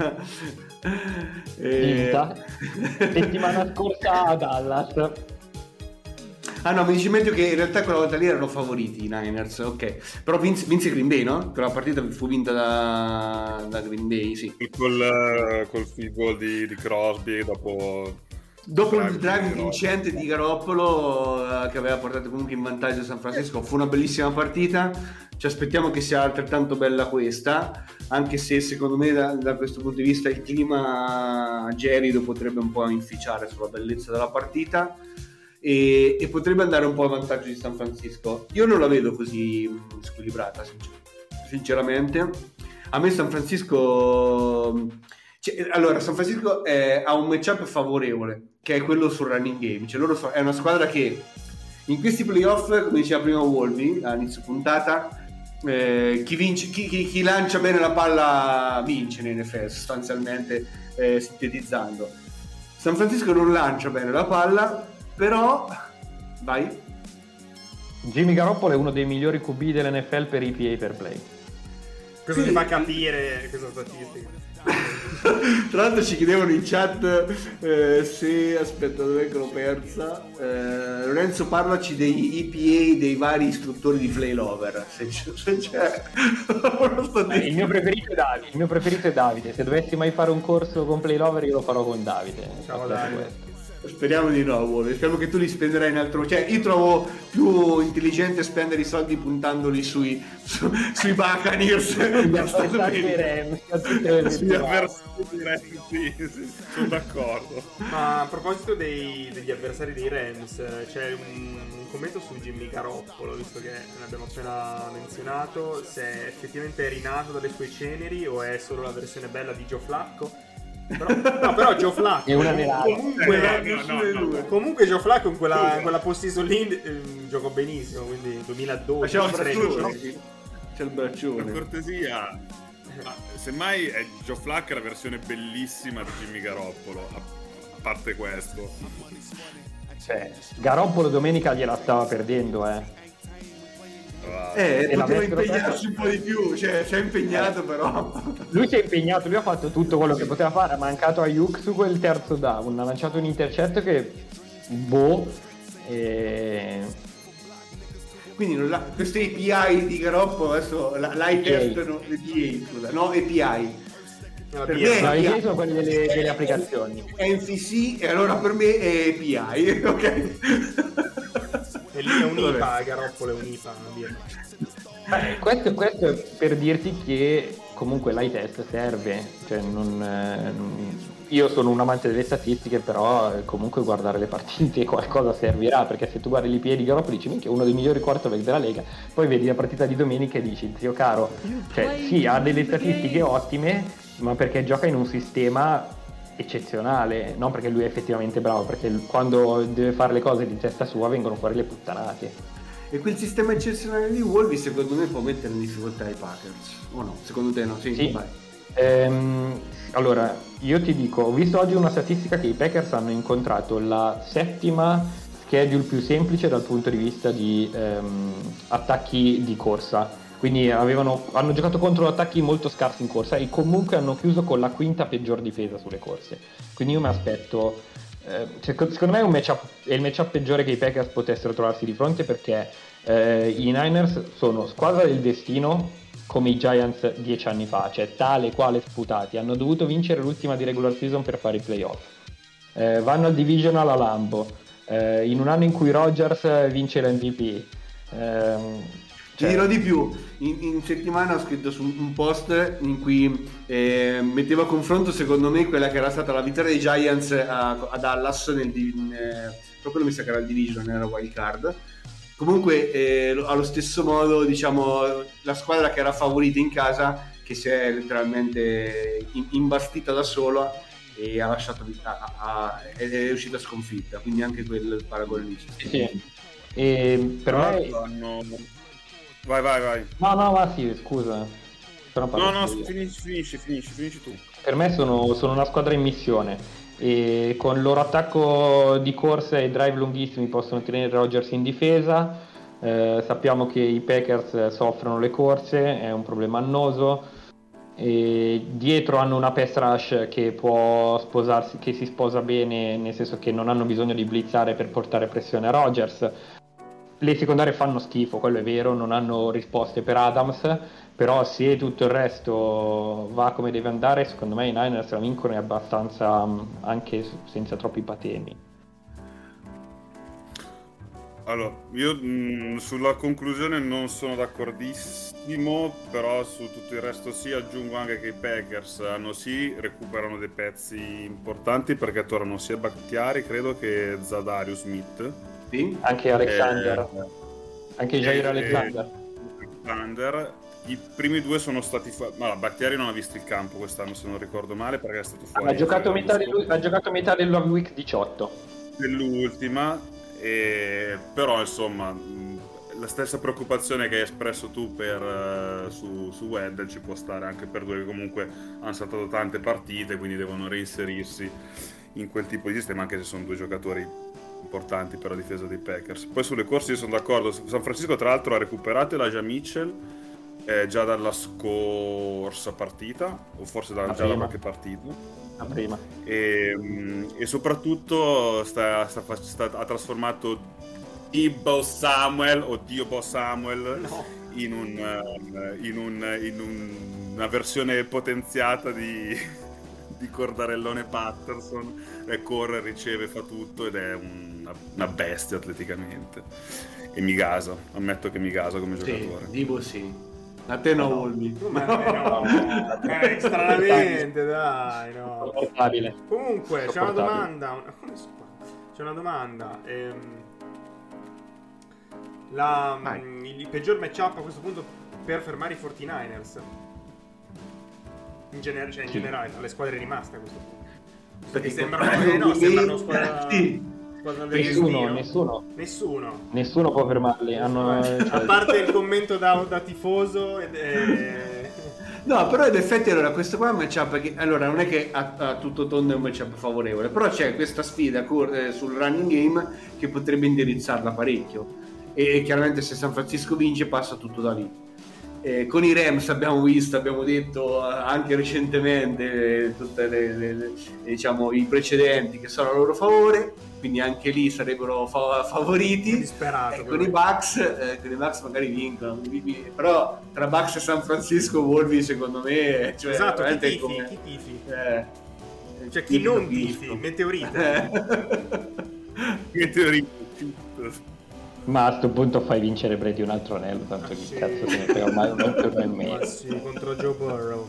vinta. Settimana scorsa a Dallas. Ah no, mi dici meglio che in realtà quella volta lì erano favoriti i Niners, ok. Però vinse Green Bay, no? Quella partita fu vinta da Green Bay, sì. Col field goal di Crosby Dopo il drive vincente di Garoppolo che aveva portato comunque in vantaggio San Francisco, fu una bellissima partita. Ci aspettiamo che sia altrettanto bella questa, anche se secondo me da questo punto di vista il clima gelido potrebbe un po' inficiare sulla bellezza della partita e potrebbe andare un po' a vantaggio di San Francisco. Io non la vedo così squilibrata, sinceramente. A me San Francisco... allora, San Francisco ha un matchup favorevole, che è quello sul running game. Cioè, è una squadra che in questi playoff, come diceva prima Wolby all'inizio puntata, chi lancia bene la palla vince in NFL, sostanzialmente, sintetizzando. San Francisco non lancia bene la palla, però vai. Jimmy Garoppolo è uno dei migliori QB dell'NFL per EPA per play. Cosa ti fa capire questa statistica? Tra l'altro ci chiedevano in chat se aspetta, dov'è che l'ho persa, Lorenzo, parlaci degli EPA dei vari istruttori di Play Lover, se c'è il mio preferito è Davide. Se dovessi mai fare un corso con Play Lover io lo farò con Davide. Ciao Davide. Speriamo di no, speriamo che tu li spenderai in altro, cioè io trovo più intelligente spendere i soldi puntandoli sui Buccaneers, sugli avversari dei Rams, sì, sono d'accordo. Ma a proposito degli avversari dei Rams, c'è un commento su Jimmy Garoppolo, visto che l'abbiamo appena menzionato, se effettivamente è rinato dalle sue ceneri o è solo la versione bella di Joe Flacco. Però Joe Flacco è una comunque Joe Flacco in quella post-season lì giocò benissimo, quindi 2012 c'è il braccione. Per cortesia, semmai è Joe Flacco la versione bellissima di Jimmy Garoppolo, a parte questo. Cioè, Garoppolo domenica gliela stava perdendo, poteva impegnarsi un po' di più, cioè si è impegnato però. Lui si è impegnato, lui ha fatto tutto quello che poteva fare, ha mancato a Ayuk su quel terzo down, ha lanciato un intercetto che quindi questo API di Garoppolo adesso l'hai testano API. Per me sono quelli delle applicazioni MVC, e allora per me è API, ok? E lì è un'IPA, Garoppolo è un'IPA. Questo è per dirti che comunque l'eye test serve, cioè io sono un amante delle statistiche, però comunque guardare le partite qualcosa servirà, perché se tu guardi i piedi di Garoppolo dici minchia, uno dei migliori quarterback della Lega, poi vedi la partita di domenica e dici zio caro, cioè sì, ha delle statistiche ottime, ma perché gioca in un sistema eccezionale, non perché lui è effettivamente bravo, perché quando deve fare le cose di testa sua vengono fuori le puttanate. E quel sistema eccezionale di Wolvi secondo me può mettere in difficoltà i Packers, o no? Secondo te no? Sì. Vai. Allora, io ti dico, ho visto oggi una statistica che i Packers hanno incontrato la settima schedule più semplice dal punto di vista di attacchi di corsa, quindi hanno giocato contro attacchi molto scarsi in corsa e comunque hanno chiuso con la quinta peggior difesa sulle corse, quindi io mi aspetto... secondo me è il matchup peggiore che i Packers potessero trovarsi di fronte, perché i Niners sono squadra del destino come i Giants 10 anni fa, cioè tale e quale sputati, hanno dovuto vincere l'ultima di regular season per fare i playoff, vanno al divisional a Lambeau, in un anno in cui Rodgers vince l'MVP. Ti dirò di più, in settimana ho scritto su un post in cui mettevo a confronto secondo me quella che era stata la vittoria dei Giants a Dallas proprio mi sa che era il division, non era wild card. Comunque allo stesso modo, diciamo, la squadra che era favorita in casa, che si è letteralmente imbastita da sola e ha lasciato è uscita sconfitta, quindi anche quel paragone lì. Sì. E per me Vai. No, sì, scusa. Però no, finisci tu. Per me sono una squadra in missione e con il loro attacco di corsa e drive lunghissimi possono tenere Rodgers in difesa. Sappiamo che i Packers soffrono le corse, è un problema annoso. E dietro hanno una pass rush che può sposarsi, che si sposa bene, nel senso che non hanno bisogno di blitzare per portare pressione a Rodgers. Le secondarie fanno schifo, quello è vero, non hanno risposte per Adams, però se tutto il resto va come deve andare, secondo me i Niners la vincono abbastanza, anche senza troppi patemi. Allora, io sulla conclusione non sono d'accordissimo, però su tutto il resto sì, aggiungo anche che i Packers recuperano dei pezzi importanti, perché tornano sia Bakhtiari, credo, che Zadarius Smith. Sì? Anche Alexander, anche Jair Alexander. I primi due sono stati Bakhtiari non ha visto il campo quest'anno, se non ricordo male, perché è stato fuori. Ha giocato metà del week 18 dell'ultima, però insomma la stessa preoccupazione che hai espresso tu su Weddle ci può stare anche per due che comunque hanno saltato tante partite, quindi devono reinserirsi in quel tipo di sistema, anche se sono due giocatori importanti per la difesa dei Packers. Poi sulle corse io sono d'accordo, San Francisco tra l'altro ha recuperato Elijah Mitchell già dalla scorsa partita, o forse già da qualche partita, la prima, e soprattutto ha trasformato Debo Samuel in una versione potenziata di Cordarellone Patterson, corre, riceve, fa tutto ed è una bestia atleticamente, e mi gasa, ammetto che mi gasa come giocatore. Divo sì, a te no, Wolvi. Stranamente, dai, no. Comunque c'è una domanda, il peggior matchup a questo punto per fermare i 49ers in generale, alle squadre rimaste a questo punto, perché sembrano squadra nessuno può fermarli, a parte il commento da tifoso no, però in effetti allora questo qua è un matchup che allora non è che a tutto tondo è un matchup favorevole, però c'è questa sfida sul running game che potrebbe indirizzarla parecchio, e chiaramente se San Francisco vince passa tutto da lì. Con i Rams abbiamo detto anche recentemente tutte diciamo i precedenti che sono a loro favore, quindi anche lì sarebbero favoriti. Con i Bucks magari vincono, però tra Bucks e San Francisco Wolvi secondo me, cioè, esatto, chi tifi? Cioè chi non tifi? Meteorite. Ma a sto punto fai vincere Brady un altro anello, tanto che sì. cazzo se ne frega, ormai un turno e Ma mezzo. sì, contro Joe Burrow,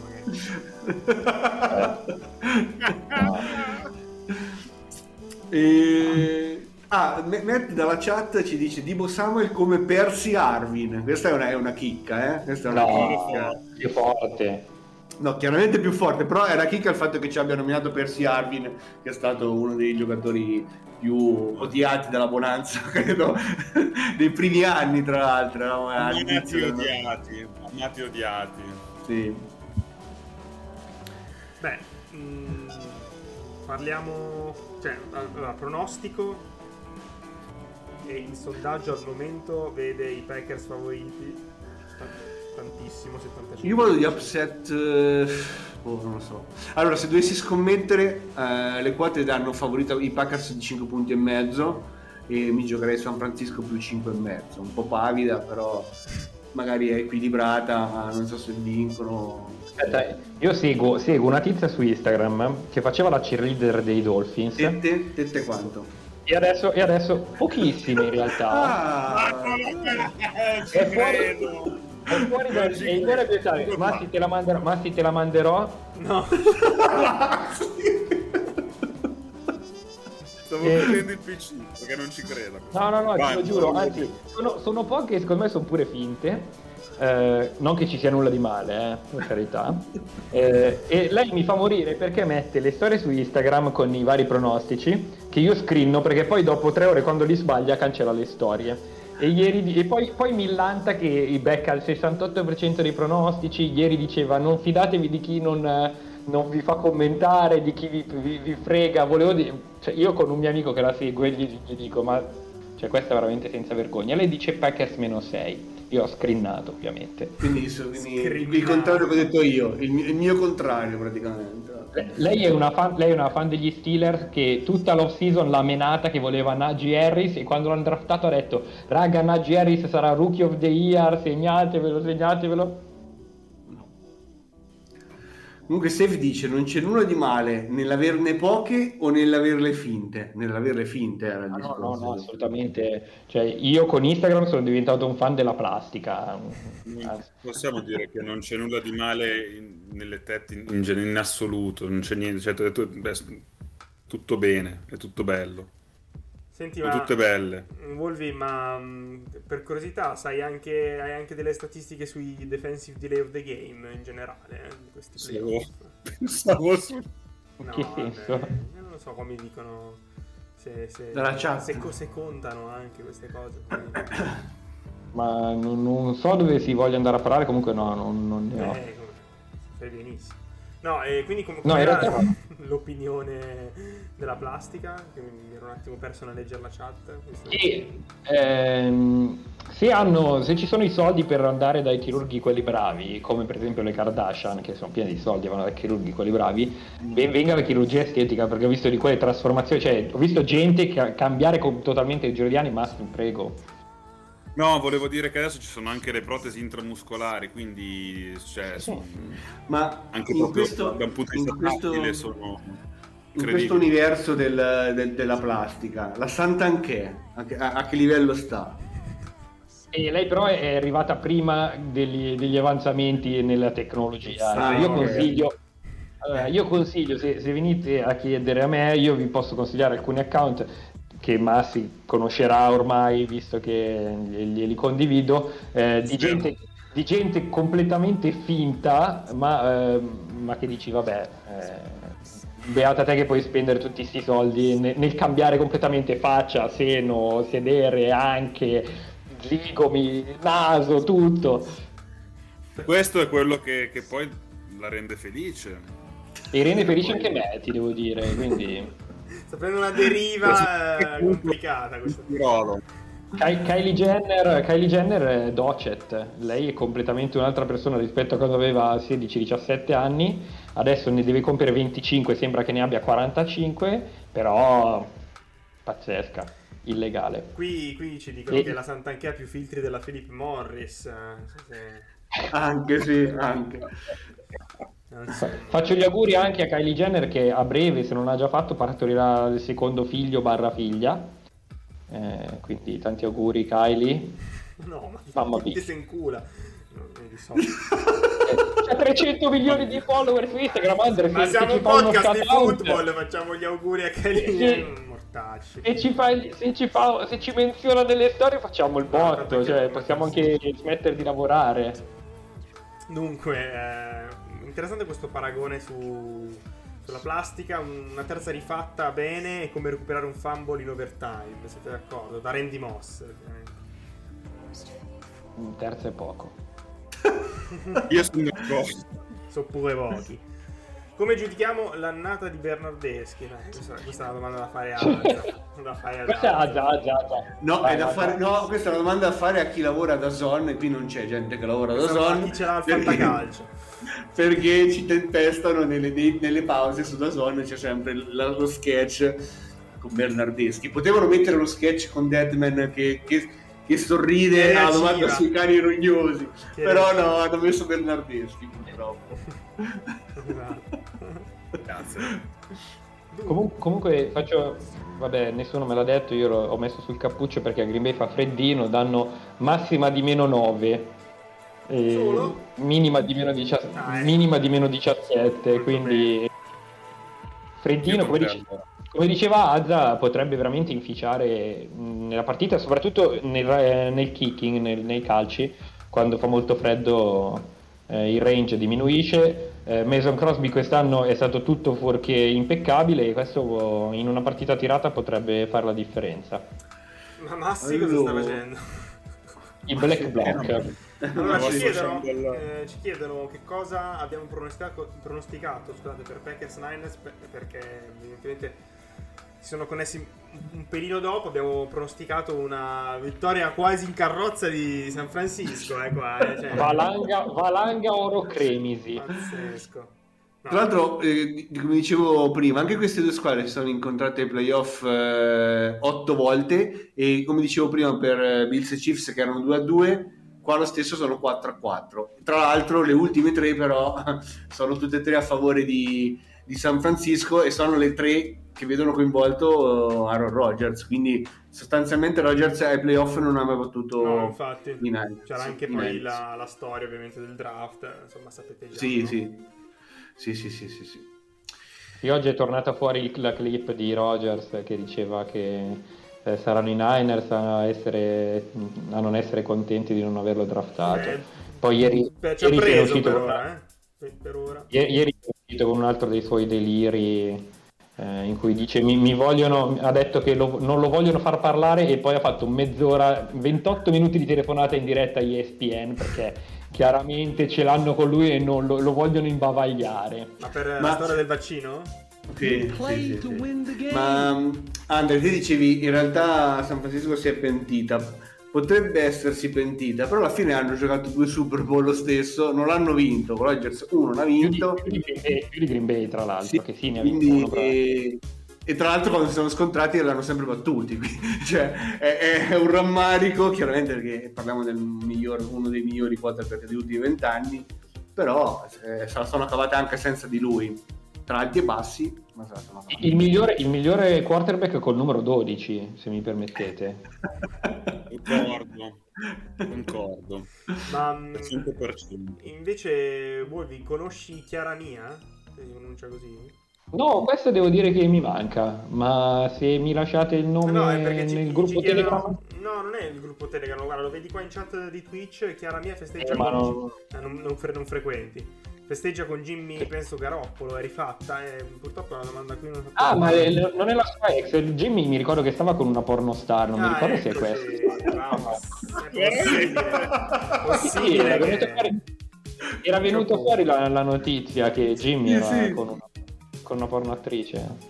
Matt dalla chat ci dice Deebo Samuel come Percy Harvin. Questa è una chicca, eh? Questa è una chicca. No, più forte. No, chiaramente più forte, però era chicca il fatto che ci abbia nominato Percy Harvin, che è stato uno dei giocatori più odiati dalla Bonanza, credo, dei primi anni, tra l'altro. No? Amati odiati. Sì. Beh, parliamo, cioè, allora, pronostico, e il sondaggio al momento vede i Packers favoriti tantissimo, 75. Io vado di upset, non lo so. Allora, se dovessi scommettere, le quote danno favorito i Packers di 5 punti e mezzo, e mi giocherei San Francisco più 5 e mezzo, un po' pavida, però magari è equilibrata, ma non so se vincono. Aspetta, io seguo una tizia su Instagram che faceva la cheerleader dei Dolphins. Tette quanto? E adesso pochissime in realtà. È fuori dal... E in ora pensare, Massi te la manderò. No. Stavo prendendo il PC perché non ci credo. No, te lo giuro, anzi, sono poche e secondo me sono pure finte. Non che ci sia nulla di male, per carità. E lei mi fa morire perché mette le storie su Instagram con i vari pronostici che io screenno, perché poi dopo 3 ore quando li sbaglia cancella le storie. E poi mi lanta che i becca al 68% dei pronostici. Ieri diceva non fidatevi di chi non vi fa commentare, di chi vi frega. Volevo dire, cioè, io con un mio amico che la segue gli dico ma cioè, questa è veramente senza vergogna. Lei dice Packers -6. Io ho screenato ovviamente. Quindi il contrario che ho detto io, il mio contrario praticamente. Lei è una fan degli Steelers che tutta l'off season l'ha menata che voleva Najee Harris, e quando l'hanno draftato ha detto raga, Najee Harris sarà Rookie of the Year, segnatevelo. Comunque Steve dice non c'è nulla di male nell'averne poche o nell'averle finte. Nell'averle finte era il discorso. No, assolutamente. Cioè, io con Instagram sono diventato un fan della plastica. Possiamo dire che non c'è nulla di male nelle tette in assoluto, non c'è niente, cioè, tutto bene, è tutto bello. Senti, sono tutte belle. Wolvi, ma per curiosità hai anche delle statistiche sui defensive delay of the game in generale, di questi playoff? Pensavo su... Che senso? Non lo so come dicono, dalla chat. se contano anche queste cose. Ma non so dove si voglia andare a parare, comunque no, non ne ho. Fai benissimo. No, e quindi come no, in realtà l'opinione della plastica, che mi ero un attimo perso a leggere la chat. Se ci sono i soldi per andare dai chirurghi quelli bravi, come per esempio le Kardashian, che sono piene di soldi, vanno dai chirurghi quelli bravi, venga la chirurgia estetica, perché ho visto di quelle trasformazioni, cioè ho visto gente cambiare totalmente i giorni, ma prego. No, volevo dire che adesso ci sono anche le protesi intramuscolari, quindi cioè, ma anche in questo, da un punto di vista tattile sono in questo universo della plastica, la Santanchè a che livello sta? E lei però è arrivata prima degli avanzamenti nella tecnologia. Io consiglio, se venite a chiedere a me, io vi posso consigliare alcuni account che Massi conoscerà ormai, visto che glieli condivido, di gente completamente finta, ma che dici vabbè, beata te che puoi spendere tutti questi soldi nel cambiare completamente faccia, seno, sedere, anche zigomi, naso, tutto. Questo è quello che poi la rende felice. E rende felice anche me, ti devo dire, quindi... Sta prendendo una deriva complicata questa. Kylie Jenner è docet, lei è completamente un'altra persona rispetto a quando aveva 16-17 anni, adesso ne deve compiere 25, sembra che ne abbia 45, però pazzesca, illegale. Qui ci dicono che la Santanchè ha più filtri della Philip Morris. Anche sì, anche. Faccio gli auguri anche a Kylie Jenner che a breve, se non l'ha già fatto, partorirà il secondo figlio / figlia. quindi tanti auguri Kylie. No, Mamma ma mia. ti sei in cula. Non li so. C'ha 300 milioni di follower su Instagram, Andre. Ma se siamo ci un fa uno podcast di shout-out, football, facciamo gli auguri a Kylie. Mortacci. se ci menziona nelle storie facciamo il botto, perché- cioè possiamo anche smettere di lavorare. Dunque, interessante questo paragone sulla plastica, una terza rifatta bene e come recuperare un fumble in overtime, siete d'accordo? Da Randy Moss, ovviamente. Un terzo è poco. Io sono d'accordo. Sono pure pochi. Come giudichiamo l'annata di Bernardeschi? Questa è una domanda da fare a Questa già. No, Vai, è da vai, fare, vai. no, questa è una domanda da fare a chi lavora da Zon, e qui non c'è gente che lavora da Zon. Chi ce l'ha al fantacalcio? Perché ci tempestano nelle pause su DAZN, c'è sempre lo sketch con Bernardeschi. Potevano mettere lo sketch con Deadman che sorride Che alla domanda gira. sui cani rognosi, Che però no, hanno messo Bernardeschi purtroppo. Grazie. Comunque faccio, vabbè, nessuno me l'ha detto, io ho messo sul cappuccio perché a Green Bay fa freddino, danno massima di meno 9 e Solo? minima di meno 17, minima di meno 17, quindi freddino, come diceva Azza, potrebbe veramente inficiare nella partita, soprattutto nel kicking, nei calci, quando fa molto freddo il range diminuisce. Mason Crosby quest'anno è stato tutto fuorché impeccabile e questo in una partita tirata potrebbe fare la differenza. Ma Massi cosa sta facendo? I black block. Allora No, ci sto chiedono che cosa abbiamo pronosticato scusate, per Packers Niners, perché evidentemente si sono connessi un pelino dopo. Abbiamo pronosticato una vittoria quasi in carrozza di San Francisco, qua, cioè, Valanga Oro Cremisi. pazzesco. No. Tra l'altro, come dicevo prima, anche queste due squadre si sono incontrate ai playoff 8 volte, e come dicevo prima per Bills e Chiefs che erano 2-2, qua lo stesso sono 4-4. Tra l'altro le ultime 3 però sono tutte e 3 a favore di San Francisco, e sono le 3 che vedono coinvolto Aaron Rodgers, quindi sostanzialmente Rodgers ai playoff non ha mai battuto. No, infatti Niners. c'era anche I poi Niners. la storia ovviamente del draft, insomma sapete già, Sì, no? sì. E oggi è tornata fuori la clip di Rodgers che diceva che saranno i Niners a non essere contenti di non averlo draftato. Poi ieri ci ha si è preso uscito per ora, per ora. Ieri è uscito con un altro dei suoi deliri in cui dice ha detto che non lo vogliono far parlare, e poi ha fatto mezz'ora, 28 minuti di telefonata in diretta a ESPN perché chiaramente ce l'hanno con lui e non lo vogliono imbavagliare. Ma per la storia del vaccino? Sì. Ma Andre, te dicevi in realtà San Francisco si è pentita. Potrebbe essersi pentita, però alla fine hanno giocato 2 Super Bowl lo stesso, non l'hanno vinto. Rodgers uno l'ha vinto, Più di Green Bay tra l'altro, sì, che sì, ne ha vinto quindi, uno, però. e tra l'altro quando si sono scontrati l'hanno sempre battuti, quindi, cioè è un rammarico chiaramente, perché parliamo del uno dei migliori quarterback degli ultimi 20 anni, però se la sono cavata anche senza di lui, tra alti e bassi, ma se la sono cavata. Il migliore quarterback col numero 12, se mi permettete. Concordo. Ma 100%. invece voi vi conosci Chiara Mia? Si pronuncia così? No, questo devo dire che mi manca, ma se mi lasciate il nome No, è perché nel gruppo chiedono- Telegram. No, non è il gruppo Telegram, guarda, lo vedi qua in chat di Twitch. Chiara Mia festeggia Ma con non frequenti. Festeggia con Jimmy, penso Garoppolo, è rifatta, e purtroppo è una domanda qui non Ah, ma non è la sua ex, Jimmy mi ricordo che stava con una pornostar, non mi ricordo se è questo. È possibile, Sì, era che- venuto fuori, era venuto fuori la notizia che Jimmy era sì. con una pornoattrice.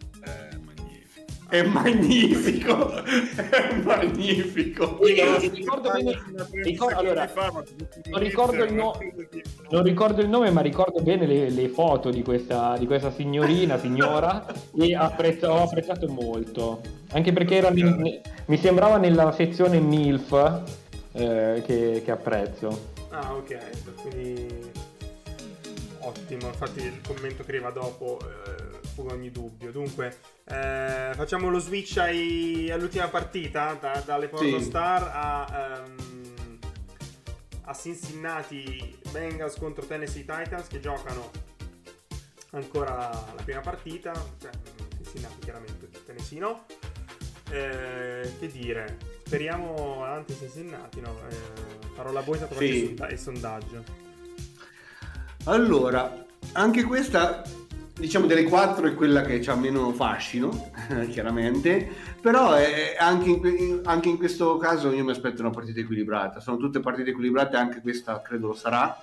È magnifico, è magnifico. Ricordo bene, allora, non ricordo il nome, ma ricordo bene le foto di questa signora, e ho apprezzato molto, anche perché mi sembrava nella sezione MILF, che apprezzo. Ah, ok, quindi ottimo. Infatti il commento che arriva dopo sfugga ogni dubbio. Dunque, facciamo lo switch all'ultima partita, dalle Pornostar a Cincinnati Bengals contro Tennessee Titans, che giocano ancora la prima partita. Cincinnati chiaramente, Tennessee no. Che dire, speriamo avanti Cincinnati, no? Farò la boita per il sondaggio. Allora, anche questa, diciamo, delle 4 è quella che ha meno fascino, chiaramente, però anche in questo caso io mi aspetto una partita equilibrata. Sono tutte partite equilibrate, anche questa credo lo sarà.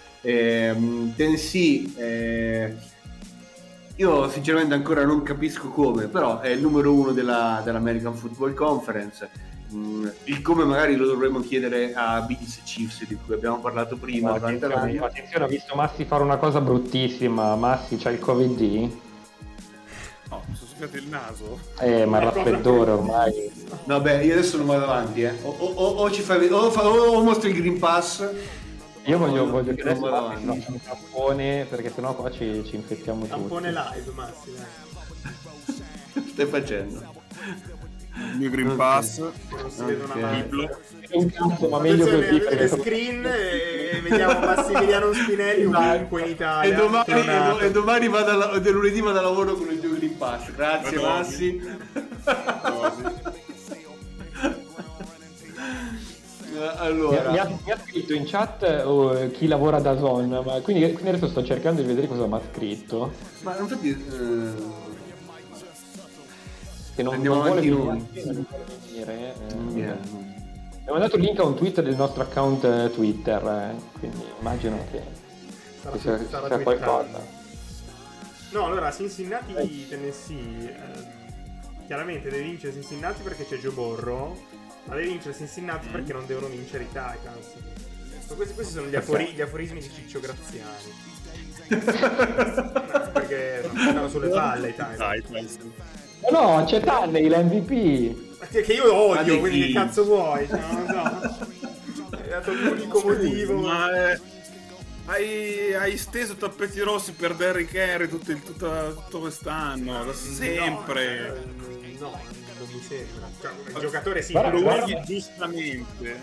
Tennessee, io sinceramente ancora non capisco come, però è il numero 1 dell'American Football Conference. Il come magari lo dovremmo chiedere a Bills e Chiefs, di cui abbiamo parlato prima. Attenzione, ho visto Massi fare una cosa bruttissima. Massi, c'ha il Covid-D? No, mi sono soffiato il naso. Ma il raffreddore ormai. Vabbè, io adesso non vado avanti, o ci fai o mostri il Green Pass. Io voglio che adesso faccia un tampone, perché sennò qua ci infettiamo tutti. Tampone live, Massi, Stai facendo? Il mio Green Pass. Non si vede una mano. È un cazzo, ma meglio così. Le screen e vediamo Massimiliano Spinelli ovunque in Italia. E domani lunedì vado a lavoro con il mio Green Pass. Grazie, Massi. Allora, mi ha scritto in chat chi lavora da Zon, ma quindi adesso sto cercando di vedere cosa mi ha scritto. Ma infatti che non andiamo vuole avanti venire. Abbiamo dato il link a un tweet del nostro account Twitter, quindi immagino che sia qualcosa. No, allora Cincinnati Tennessee, chiaramente deve vincere Cincinnati perché c'è Joe Burrow, ma deve vincere Cincinnati perché non devono vincere i Titans. Questi sono gli aforismi di Ciccio Graziani. Perché stanno sulle palle i Titans. No, c'è Tanney, l'MVP. Che io odio, quindi che cazzo vuoi? Cioè, non so. È dato l'unico motivo. Ma hai steso tappeti rossi per Derrick Henry tutto quest'anno, da sempre. No, non mi sembra. Cioè, il giocatore sì, Quando guarda, Wally giustamente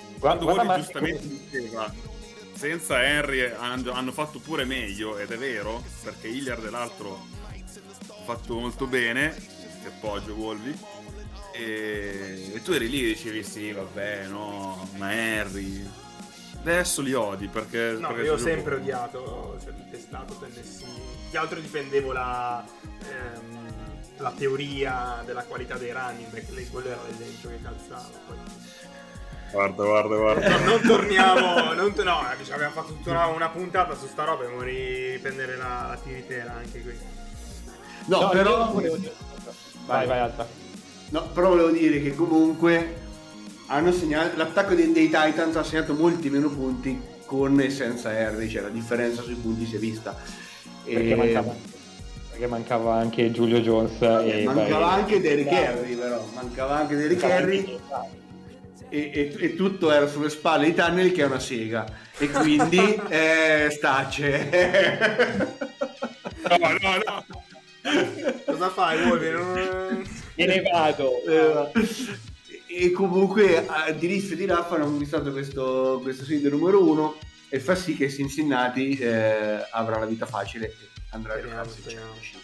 diceva senza Henry hanno fatto pure meglio, ed è vero, perché Hilliard e l'altro ha fatto molto bene, ti appoggio Wolvi, e tu eri lì e dicevi sì vabbè no, ma Henry adesso li odi perché io ho sempre odiato, cioè detestato Tennessee. Che altro difendevo la teoria della qualità dei running back, quello era l'esempio che calzava. Poi guarda. Non torniamo, abbiamo fatto tutta una puntata su sta roba, dobbiamo riprendere la tiritera anche qui. No, però volevo dire. Vai Alta. No, però volevo dire che comunque hanno segnato, l'attacco dei Titans ha segnato molti meno punti con e senza Henry, cioè la differenza sui punti si è vista. Perché mancava anche Julio Jones mancava anche Derrick Henry, però e tutto era sulle spalle di Tunnel, che è una sega, e quindi stacce. No. Cosa fai, Wolvi? Me ne vado. E comunque di Riff e di Raff hanno conquistato questo seed numero 1 e fa sì che Cincinnati avrà la vita facile e andrà a giocarsi il championship.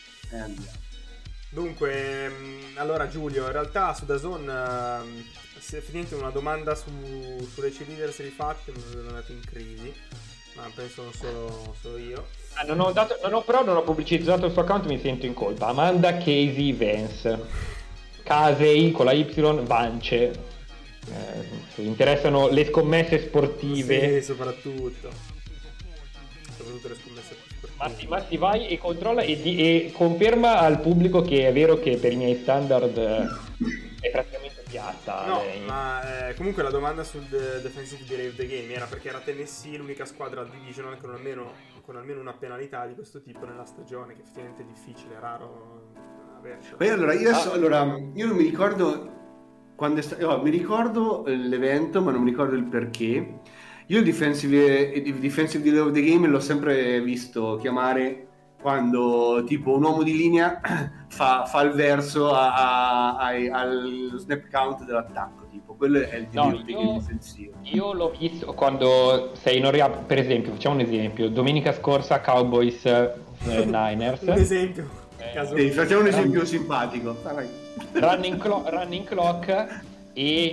Dunque, allora Giulio, in realtà su DAZN si è finita una domanda sulle cheerleader rifatte, non è andato in crisi, ma penso non solo io. Però non ho pubblicizzato il suo account, mi sento in colpa. Amanda Casey Vance, Casey con la Y, Vance. Interessano le scommesse sportive. Sì, soprattutto le scommesse sportive. Massi vai e controlla e conferma al pubblico che è vero che per i miei standard è praticamente piatta. No, lei. ma comunque la domanda sul defensive delay of the game era perché era Tennessee l'unica squadra divisional con almeno una penalità di questo tipo nella stagione, che effettivamente è difficile, è raro avercela. Beh, allora io non mi ricordo quando mi ricordo l'evento, ma non mi ricordo il perché. Io il defensive delay of the game l'ho sempre visto chiamare quando tipo un uomo di linea fa il verso al snap count dell'attacco, tipo quello è il game difensivo. Io l'ho visto quando sei in per esempio, facciamo un esempio, domenica scorsa Cowboys Niners. Un esempio. Sì, facciamo un esempio simpatico. Running clock e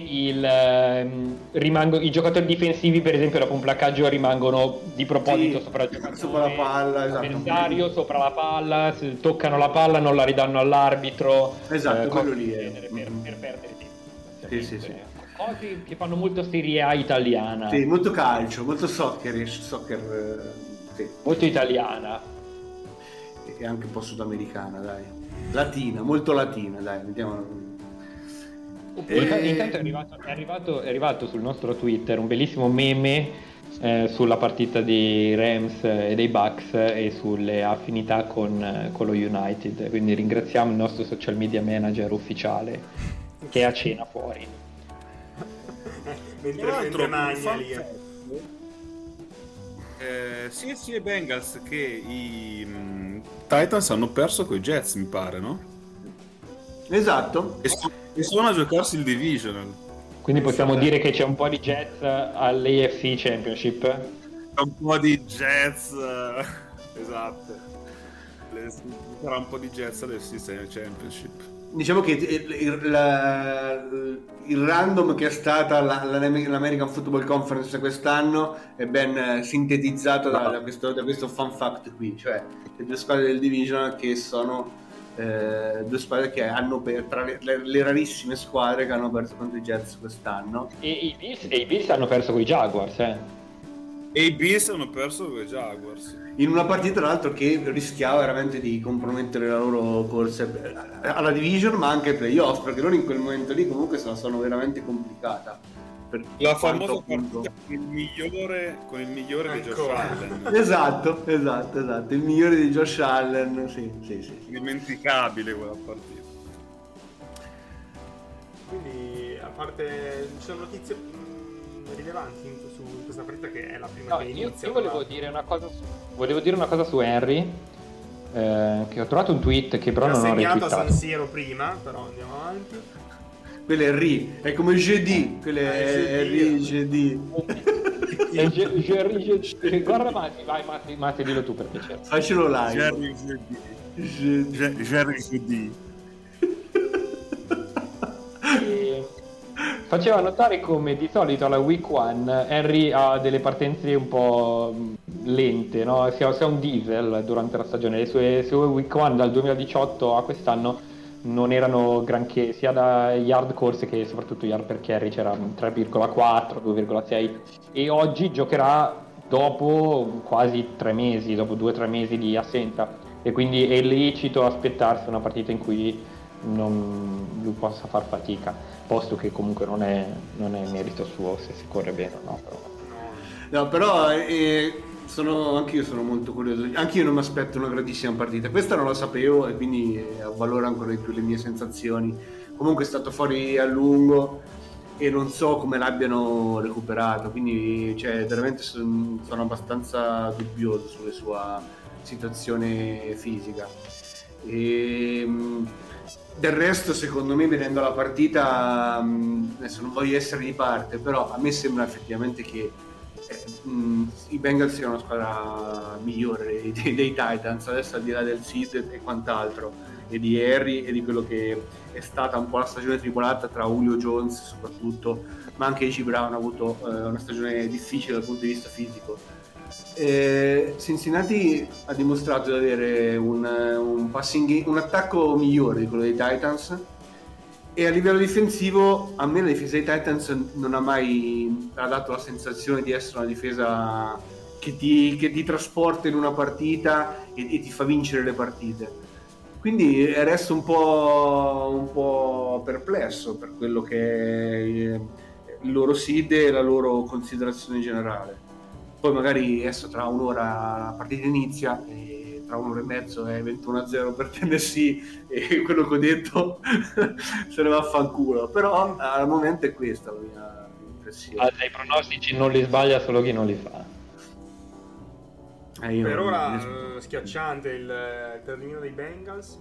i giocatori difensivi, per esempio dopo un placcaggio rimangono di proposito sopra il giocatore, sopra la palla, avversario, sopra la palla, toccano la palla, non la ridanno all'arbitro, esatto, quello lì è per perdere tempo. Sì. Cose che fanno molto Serie A italiana, sì, molto calcio, molto soccer sì. Molto italiana e anche un po' sudamericana, dai, latina, molto latina, dai, vediamo. Intanto è arrivato sul nostro Twitter un bellissimo meme sulla partita dei Rams e dei Bucks e sulle affinità con lo United, quindi ringraziamo il nostro social media manager ufficiale che è a cena fuori. mentre magna lì. Sia i Bengals che i Titans hanno perso coi Jets, mi pare, no? Esatto. E sono a giocarsi il divisional. Quindi possiamo dire che c'è un po' di Jets all'AFC Championship? Un po' di Jets, esatto. Sarà un po' di Jets all'AFC Championship. Diciamo che il random che è stata l'American Football Conference quest'anno è ben sintetizzato da questo fun fact qui, cioè le due squadre del division che sono due squadre che hanno tra le rarissime squadre che hanno perso contro i Jets quest'anno, e i Bills hanno perso con i Jaguars, E i Bills hanno perso con i Jaguars in una partita tra l'altro che rischiava veramente di compromettere la loro corsa alla division ma anche ai playoff, perché loro in quel momento lì comunque se la sono veramente complicata. La famosa partita con il migliore di Josh Allen. Esatto, il migliore di Josh Allen, sì. Dimenticabile quella partita. Quindi, a parte, ci sono notizie rilevanti su questa partita che è la prima che inizia. Io volevo dire una cosa su Henry, che ho trovato un tweet che però non ho retweetato. a San Siro prima, però andiamo avanti. Quello è Henry, è come GD, quello è Henry GD. Guarda Matti, dillo tu per piacere. Faccelo live. Jerry GD. Faceva notare come di solito alla week 1 Henry ha delle partenze un po' lente, no? Si ha un diesel durante la stagione. Le sue week 1 dal 2018 a quest'anno non erano granché, sia da yard corse che soprattutto yard per carry, c'era 3,4, 2,6 e oggi giocherà dopo quasi 3 mesi, dopo 2-3 mesi di assenza, e quindi è lecito aspettarsi una partita in cui lui possa far fatica, posto che comunque non è merito suo se si corre bene o no. Però anche io sono molto curioso, anche io non mi aspetto una grandissima partita, questa non la sapevo e quindi avvaloro ancora di più le mie sensazioni. Comunque è stato fuori a lungo e non so come l'abbiano recuperato, quindi veramente sono abbastanza dubbioso sulla sua situazione fisica. Del resto, secondo me, vedendo la partita, adesso non voglio essere di parte, però a me sembra effettivamente che i Bengals siano una squadra migliore dei Titans, adesso al di là del seed e quant'altro, e di Harry e di quello che è stata un po' la stagione tribolata tra Julio Jones soprattutto, ma anche A.J. Brown ha avuto una stagione difficile dal punto di vista fisico. Cincinnati ha dimostrato di avere un attacco migliore di quello dei Titans, e a livello difensivo a me la difesa dei Titans non ha mai dato la sensazione di essere una difesa che ti trasporta in una partita e ti fa vincere le partite, quindi resto un po' perplesso per quello che è il loro seed e la loro considerazione generale. Poi magari adesso tra un'ora la partita inizia e tra un'ora e mezzo è 21-0 per Tennessee e quello che ho detto se ne va a fanculo, però al momento è questa la mia impressione. Dai pronostici non li sbaglia solo chi non li fa. Per ora schiacciante il terminino dei Bengals,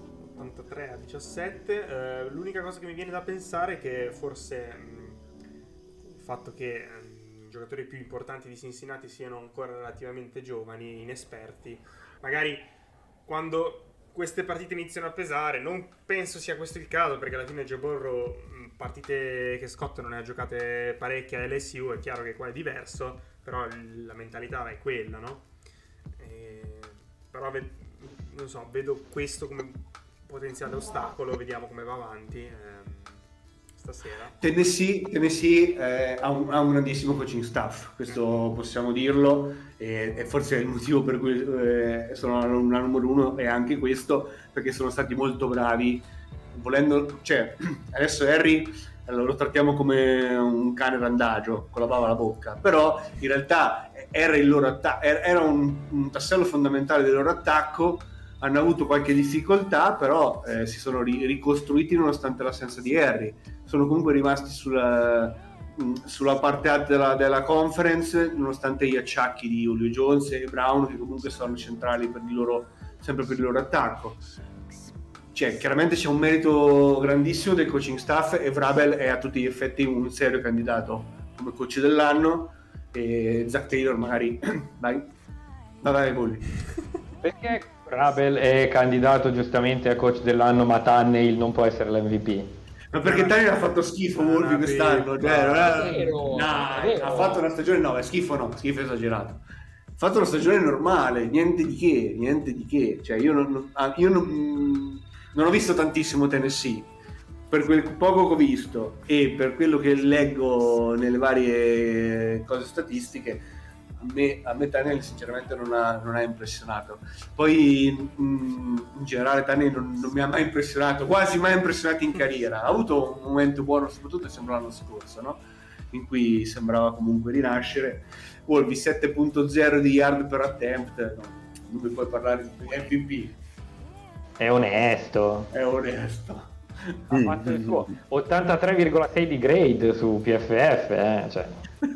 83-17. L'unica cosa che mi viene da pensare è che forse il fatto che i giocatori più importanti di Cincinnati siano ancora relativamente giovani, inesperti, magari quando queste partite iniziano a pesare, non penso sia questo il caso, perché alla fine Joe Burrow, partite che Scott non ne ha giocate parecchie a LSU, è chiaro che qua è diverso, però la mentalità è quella, no? Però non so, vedo questo come potenziale ostacolo, vediamo come va avanti stasera. Tennessee ha un grandissimo coaching staff, questo possiamo dirlo, e forse è il motivo per cui sono la numero uno, è anche questo, perché sono stati molto bravi, adesso Harry lo trattiamo come un cane randagio con la bava alla bocca, però in realtà era il loro era un tassello fondamentale del loro attacco. Hanno avuto qualche difficoltà, però si sono ricostruiti nonostante l'assenza di Harry. Sono comunque rimasti sulla parte alta della conference, nonostante gli acciacchi di Julio Jones e Brown, che comunque sono centrali sempre per il loro attacco. Chiaramente c'è un merito grandissimo del coaching staff, e Vrabel è a tutti gli effetti un serio candidato come coach dell'anno, e Zach Taylor magari vai Bulli. Perché Vrabel è candidato giustamente a coach dell'anno, ma Tannehill non può essere l'MVP? Ma perché Tannehill ha fatto schifo Wolfi quest'anno, ha fatto una stagione schifo esagerato. Ha fatto una stagione normale, niente di che. Cioè io non ho visto tantissimo Tennessee, per quel poco che ho visto e per quello che leggo nelle varie cose statistiche, a me Tannehill sinceramente non ha impressionato. Poi in generale Tannehill non mi ha mai impressionato, quasi mai impressionato in carriera. Ha avuto un momento buono, soprattutto sembra l'anno scorso, no? In cui sembrava comunque rinascere. Wolvi 7.0 di yard per attempt, non mi puoi parlare di MVP. È onesto. Ha fatto il suo 83,6 di grade su PFF, cioè.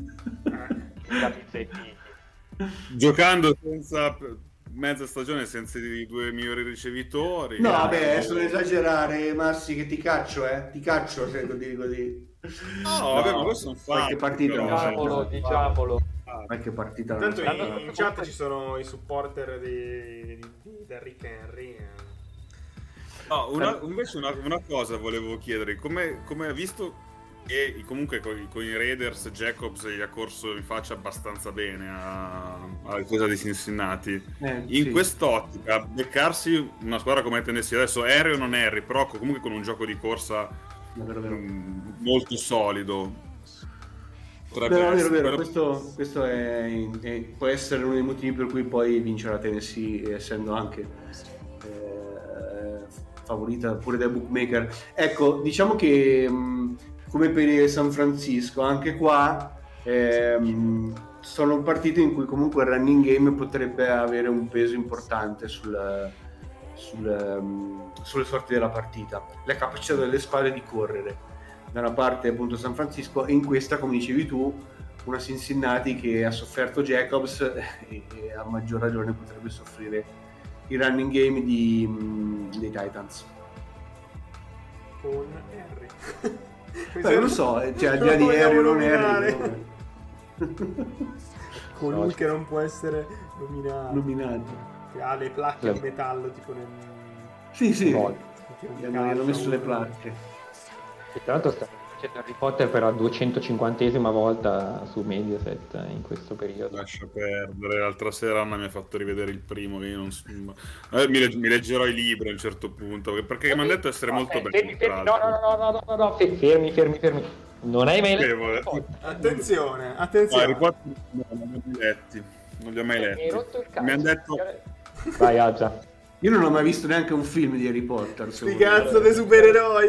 Giocando senza mezza stagione, senza i due migliori ricevitori. No, vabbè, adesso non esagerare, Massi, che ti caccio se lo dico così. No, vabbè, ma questo è un fatto. Qualche partita diciamolo. Qualche partita. Tanto in chat ci sono i supporter di Derrick Henry. No, invece una cosa volevo chiedere, come ha visto che comunque con i Raiders Jacobs gli ha corso in faccia abbastanza bene alla difesa di Cincinnati, in quest'ottica beccarsi una squadra come Tennessee, adesso Harry o non Harry, però comunque con un gioco di corsa molto solido, vero. Questo può essere uno dei motivi per cui poi vincerà Tennessee, essendo anche favorita pure dai bookmaker. Ecco, diciamo che come per San Francisco, anche qua sono partite in cui comunque il running game potrebbe avere un peso importante sulle sorti della partita, la capacità delle squadre di correre. Da una parte appunto San Francisco, e in questa, come dicevi tu, una Cincinnati che ha sofferto Jacobs e a maggior ragione potrebbe soffrire il running game dei Titans. Con Harry. Non lo so, al di là di Harry o non Harry. Colui che non può essere nominato. Che ha le placche di metallo tipo nel... Sì. Gli hanno messo le placche. E tra l'altro sta facendo Harry Potter per la 250esima volta su Mediaset in questo periodo. Lascia perdere, l'altra sera Anna mi ha fatto rivedere il primo, che io non mi leggerò i libri a un certo punto, perché mi hanno detto essere molto belli. No, fermi. Non hai mai letto? Attenzione. Harry Potter non li ho mai letti. Mi hanno detto... Vai, Aggia. Io non ho mai visto neanche un film di Harry Potter. Sti cazzo dei supereroi.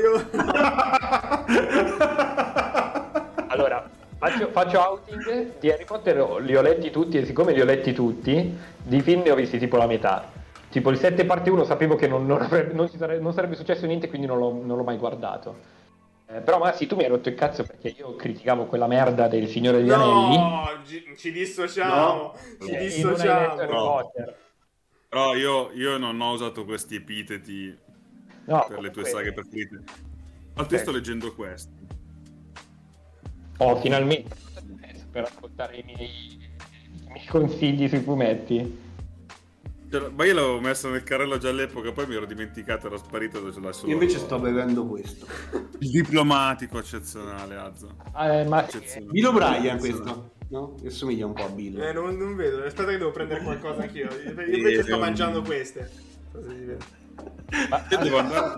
Allora, faccio outing di Harry Potter, li ho letti tutti, e siccome li ho letti tutti, di film ne ho visti tipo la metà. Tipo il 7 parte 1 sapevo che non sarebbe successo niente, quindi non l'ho mai guardato. Però Massi, tu mi hai rotto il cazzo perché io criticavo quella merda del Signore degli Anelli. No, ci dissociamo. Ci E non hai dissociamo. letto Harry Potter. Però io non ho usato questi epiteti No, per le tue comunque- saghe preferite. Ma te sto leggendo questo. Oh, finalmente per ascoltare i miei consigli sui fumetti. Ma io l'avevo messo nel carrello già all'epoca, poi mi ero dimenticato, era sparito, dove ce l'ho solo. Io invece sto bevendo questo. Il diplomatico eccezionale, Azzo. Ma Eccezionale. Bill O'Brien questo, no? Che somiglia un po' a Bill. Non vedo. Aspetta che devo prendere qualcosa anch'io. Io invece sto mangiando queste. Cosa si vede? Io devo andare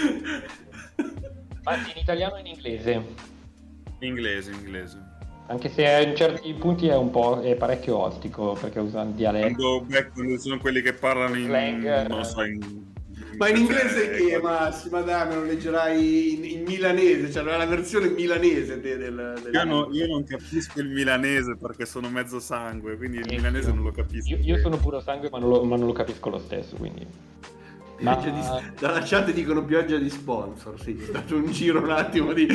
in italiano e in inglese. inglese. Anche se in certi punti è parecchio ostico perché usa il dialetto. Quando sono quelli che parlano in Slang, non so, in Ma in inglese che, Massimo, dai, me lo leggerai in milanese, cioè la versione milanese del... Io non capisco il milanese perché sono mezzo sangue, quindi il milanese non lo capisco. Io sono puro sangue, ma non lo capisco lo stesso, quindi. Ma Dalla chat dicono pioggia di sponsor, sì, è stato un giro un attimo di...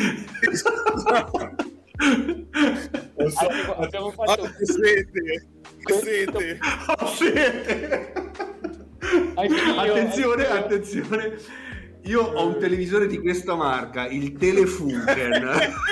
abbiamo fatto che sete! Oh, sete! Attenzione, io ho un televisore di questa marca, il Telefunken.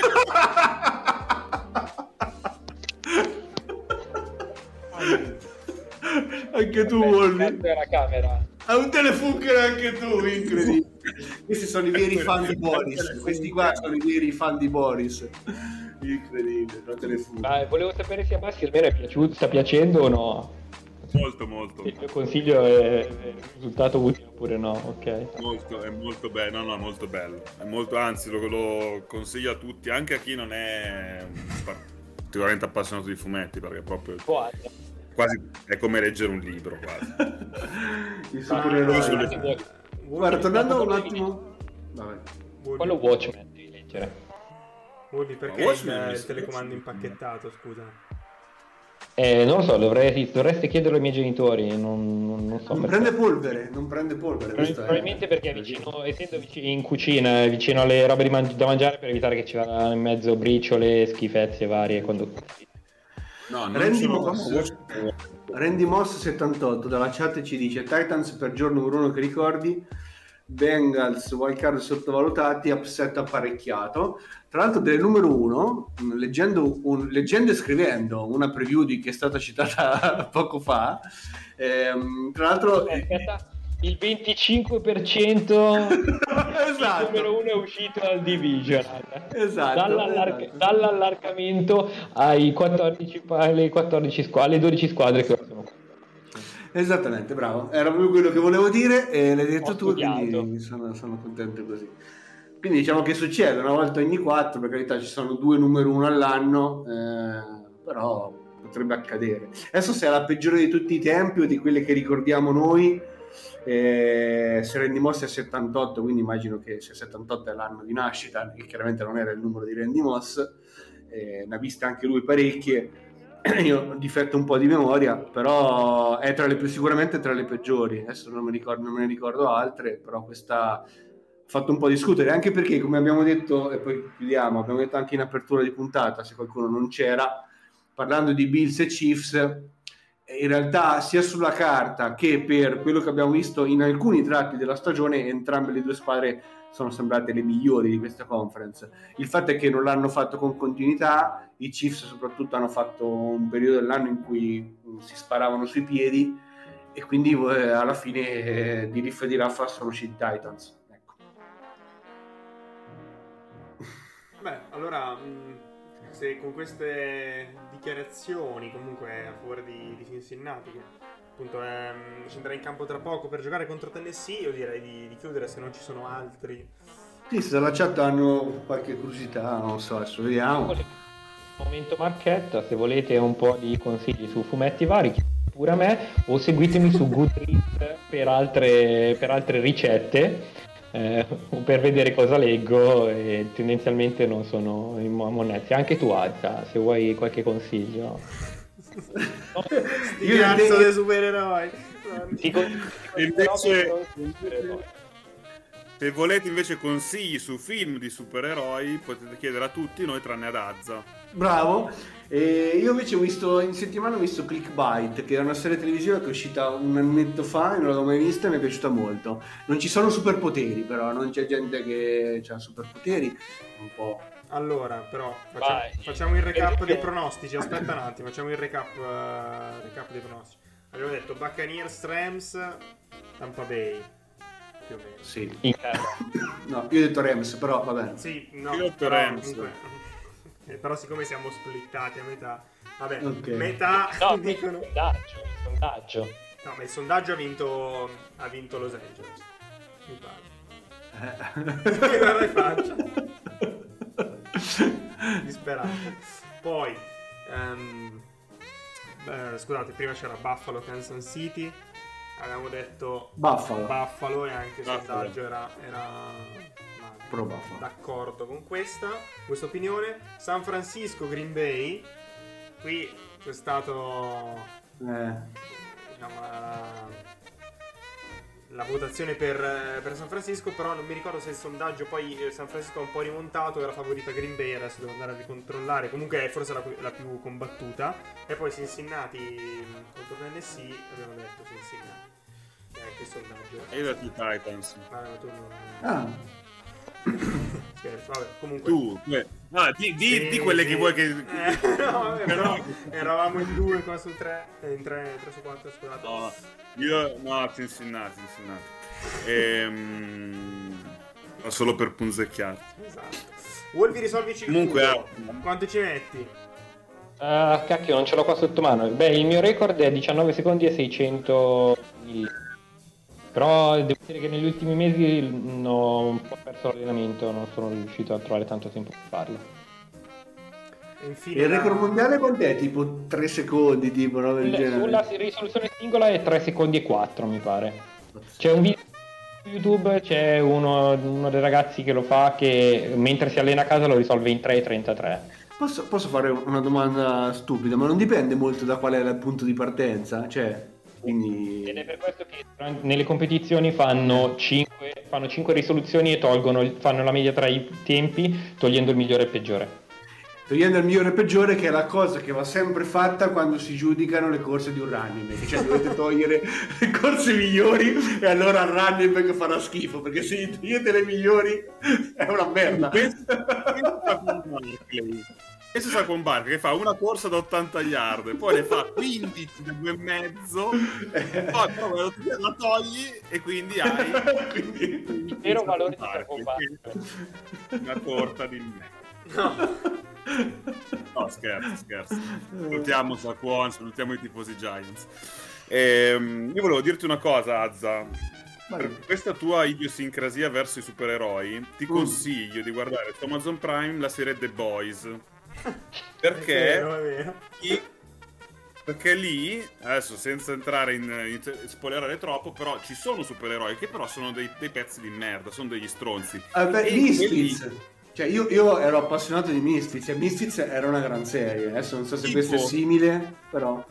Anche tu, Wolvi. la camera. Ha un Telefunken anche tu, incredibile. Questi sono i veri fan di Boris. Questi qua sono i veri fan di Boris. Incredibile, la Telefunken. Ma volevo sapere se a Massi almeno è piaciuto, sta piacendo o no? Molto. Il mio consiglio è risultato utile oppure no? Ok. È molto bello, no, molto bello. È molto, anzi, lo consiglio a tutti, anche a chi non è particolarmente appassionato di fumetti, perché proprio quasi è come leggere un libro, quasi. I supereroi. Guarda, tornando un attimo. Vabbè. Quello Watchmen devi leggere. Wolvi, perché Watchmen il telecomando impacchettato, scusa? Non lo so, dovreste chiederlo ai miei genitori, non so Non perché. non prende polvere. questo è- Probabilmente perché è essendo in cucina, vicino alle robe da mangiare, per evitare che ci vadano in mezzo briciole, schifezze varie quando... No, non Randy Moss 78 dalla chat ci dice Titans per giorno numero 1 che ricordi, Bengals wildcard sottovalutati, upset apparecchiato. Tra l'altro del numero 1, leggendo e scrivendo una preview che è stata citata poco fa, tra l'altro Aspetta, il 25% esatto. il numero 1 è uscito al Division, Esatto. dall'allargamento alle 12 squadre che ora sono. Esattamente, bravo. Era proprio quello che volevo dire e l'hai detto Ho tu, studiato. quindi sono contento così. Quindi diciamo che succede una volta ogni 4, per carità ci sono 2 numero 1 all'anno, però potrebbe accadere. Adesso se è la peggiore di tutti i tempi o di quelle che ricordiamo noi, se Randy Moss è 78, quindi immagino che se 78 è l'anno di nascita, che chiaramente non era il numero di Randy Moss, ne ha viste anche lui parecchie. Io ho difetto un po' di memoria, però è sicuramente tra le peggiori. Adesso non me ne ricordo altre, però questa ha fatto un po' discutere, anche perché, come abbiamo detto, e poi chiudiamo, abbiamo detto anche in apertura di puntata, se qualcuno non c'era, parlando di Bills e Chiefs, in realtà sia sulla carta che per quello che abbiamo visto in alcuni tratti della stagione, entrambe le due squadre sono sembrate le migliori di questa conference. Il fatto è che non l'hanno fatto con continuità, i Chiefs soprattutto hanno fatto un periodo dell'anno in cui si sparavano sui piedi e quindi alla fine di Riff e di Raffa sono usciti i Titans. Ecco. Beh, allora, se con queste dichiarazioni comunque a favore di Cincinnati, che appunto scenderà in campo tra poco per giocare contro Tennessee, io direi di chiudere se non ci sono altri. Sì, se dalla chat hanno qualche curiosità, non so, adesso vediamo. Momento marchetta, se volete un po' di consigli su fumetti vari, pure a me, o seguitemi su Goodreads per altre ricette, o per vedere cosa leggo, e tendenzialmente non sono in monnezza. Anche tu, Azza, se vuoi qualche consiglio. Sti cazzo dei supereroi. Se volete invece consigli su film di supereroi, potete chiedere a tutti noi tranne ad Azza. Bravo. Io invece in settimana ho visto Clickbait, che è una serie televisiva che è uscita un annetto fa e non l'avevo mai vista e mi è piaciuta molto. Non ci sono superpoteri, però non c'è gente che ha superpoteri, un po'. Allora, però, facciamo il recap dei pronostici. Aspetta un attimo, facciamo il recap dei pronostici. Abbiamo detto Buccaneers, Rams, Tampa Bay, più o meno. Sì. No, io ho detto Rams, però va bene. Sì, no, Io ho detto però, Rams. comunque, però siccome siamo splittati a metà, vabbè, Okay. metà no, dicono... il sondaggio. No, ma il sondaggio ha vinto Los Angeles, mi pare. Guarda in faccia. Disperato. Poi scusate, prima c'era Buffalo, Kansas City. Avevamo detto Buffalo e anche il sondaggio era Pro Buffalo. d'accordo con questa opinione. San Francisco, Green Bay. Qui c'è stato diciamo, la votazione per San Francisco, però non mi ricordo se il sondaggio poi San Francisco ha un po' rimontato, era favorita Green Bay, adesso devo andare a ricontrollare, comunque è forse la più combattuta. E poi Cincinnati contro Tennessee, abbiamo detto Cincinnati, e anche il sondaggio. E io ho detto i Titans. Vabbè, ma tu non... Scherzo, vabbè, comunque Di quelle che vuoi che... no, vabbè, però eravamo in 2 qua su 3, in 3 su 4, scusate. No, Cincinnati. Solo per punzecchiare. Esatto. Wolvi risolvi Comunque, quanto ci metti? Cacchio, non ce l'ho qua sotto mano. Beh, il mio record è 19 secondi e 600 milli. Però devo dire che negli ultimi mesi ho un po' perso l'allenamento, non sono riuscito a trovare tanto tempo per farlo. Infine il record mondiale quant'è? Tipo 3 secondi, tipo, no? Del genere. Sulla risoluzione singola è 3 secondi e 4, mi pare. C'è un video su YouTube, c'è uno dei ragazzi che lo fa, che mentre si allena a casa lo risolve in 3,33. Posso fare una domanda stupida, ma non dipende molto da qual è il punto di partenza? Cioè, quindi... Ed è per questo che nelle competizioni fanno 5 risoluzioni e fanno la media tra i tempi, togliendo il migliore e il peggiore. Togliendo il migliore e peggiore, che è la cosa che va sempre fatta quando si giudicano le corse di un running back. Cioè dovete togliere le corse migliori e allora il running back farà schifo, perché se gli togliete le migliori è una merda. Questo sta con Barca che fa una corsa da 80 yard, poi ne fa 15 da 2,5, poi però la togli e quindi hai Il vero valore di Barca, una torta di me. No, scherzo. Salutiamo Saquon, salutiamo i tifosi Giants. Io volevo dirti una cosa, Azza. Per questa tua idiosincrasia verso i supereroi, ti consiglio di guardare su Amazon Prime la serie The Boys. Perché? È vero. Perché lì, adesso senza entrare in spoilerare troppo, però ci sono supereroi che però sono dei pezzi di merda, sono degli stronzi. Misfits. Cioè io ero appassionato di Misfits, e Misfits era una gran serie. Adesso non so se questo è simile, però...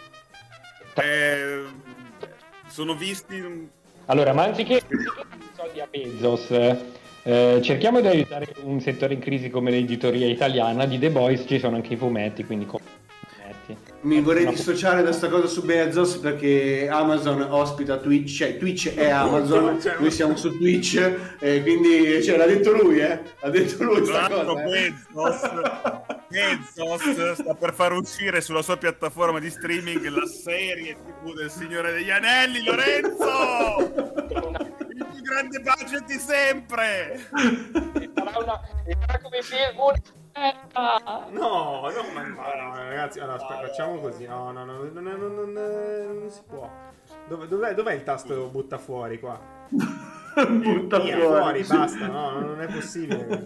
sono visti... Allora, ma anziché soldi a Bezos, cerchiamo di aiutare un settore in crisi come l'editoria italiana. Di The Boys ci sono anche i fumetti, quindi mi vorrei dissociare da sta cosa su Bezos, perché Amazon ospita Twitch, cioè Twitch è Amazon, noi siamo su Twitch, quindi l'ha detto lui, ha detto lui sta cosa. Bezos sta per far uscire sulla sua piattaforma di streaming la serie TV del Signore degli Anelli, Lorenzo! Il più grande budget di sempre! Sarà come film. No, ragazzi, allora, facciamo così. No, non si può. Dov'è il tasto butta fuori qua? Butta fuori, basta, no, non è possibile.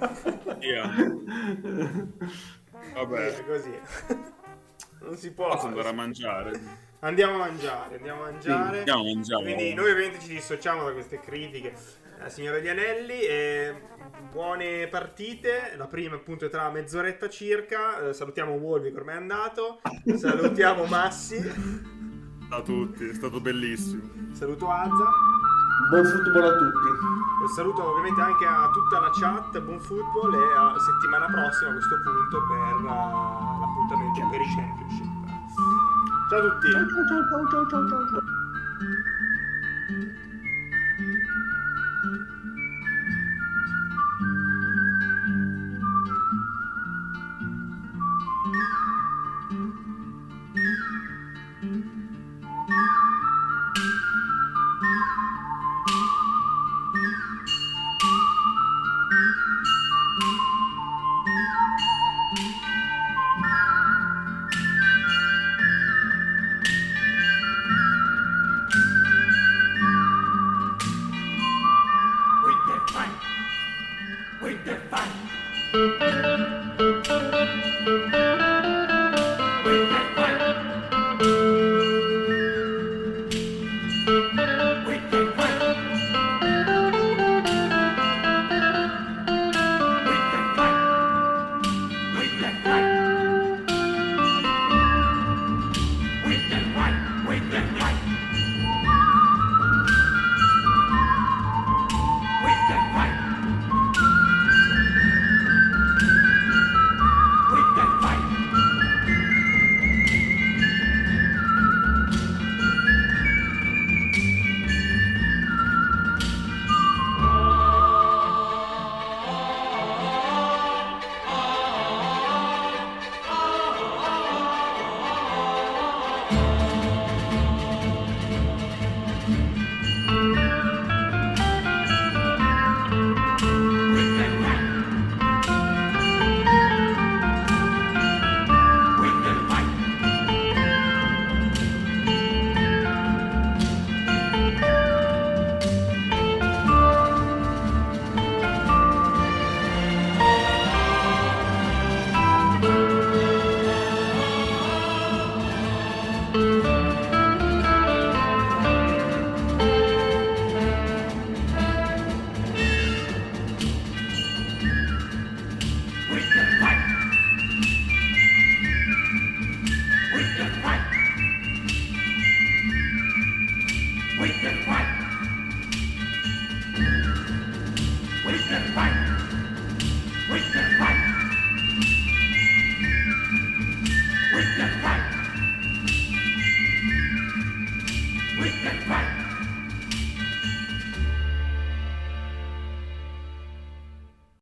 Vabbè, è così. Non si può. posso andare a mangiare. Andiamo a mangiare. Mangiare. Quindi noi ovviamente ci dissociamo da queste critiche. Signore di Anelli, buone partite. La prima appunto è tra mezz'oretta circa. Salutiamo Wolvi che ormai è andato. Salutiamo Massi. Ciao a tutti, è stato bellissimo. Saluto Azza. Buon football a tutti. Un saluto ovviamente anche a tutta la chat, buon football, e a settimana prossima a questo punto per l'appuntamento per i Championship. Ciao a tutti. Ciao.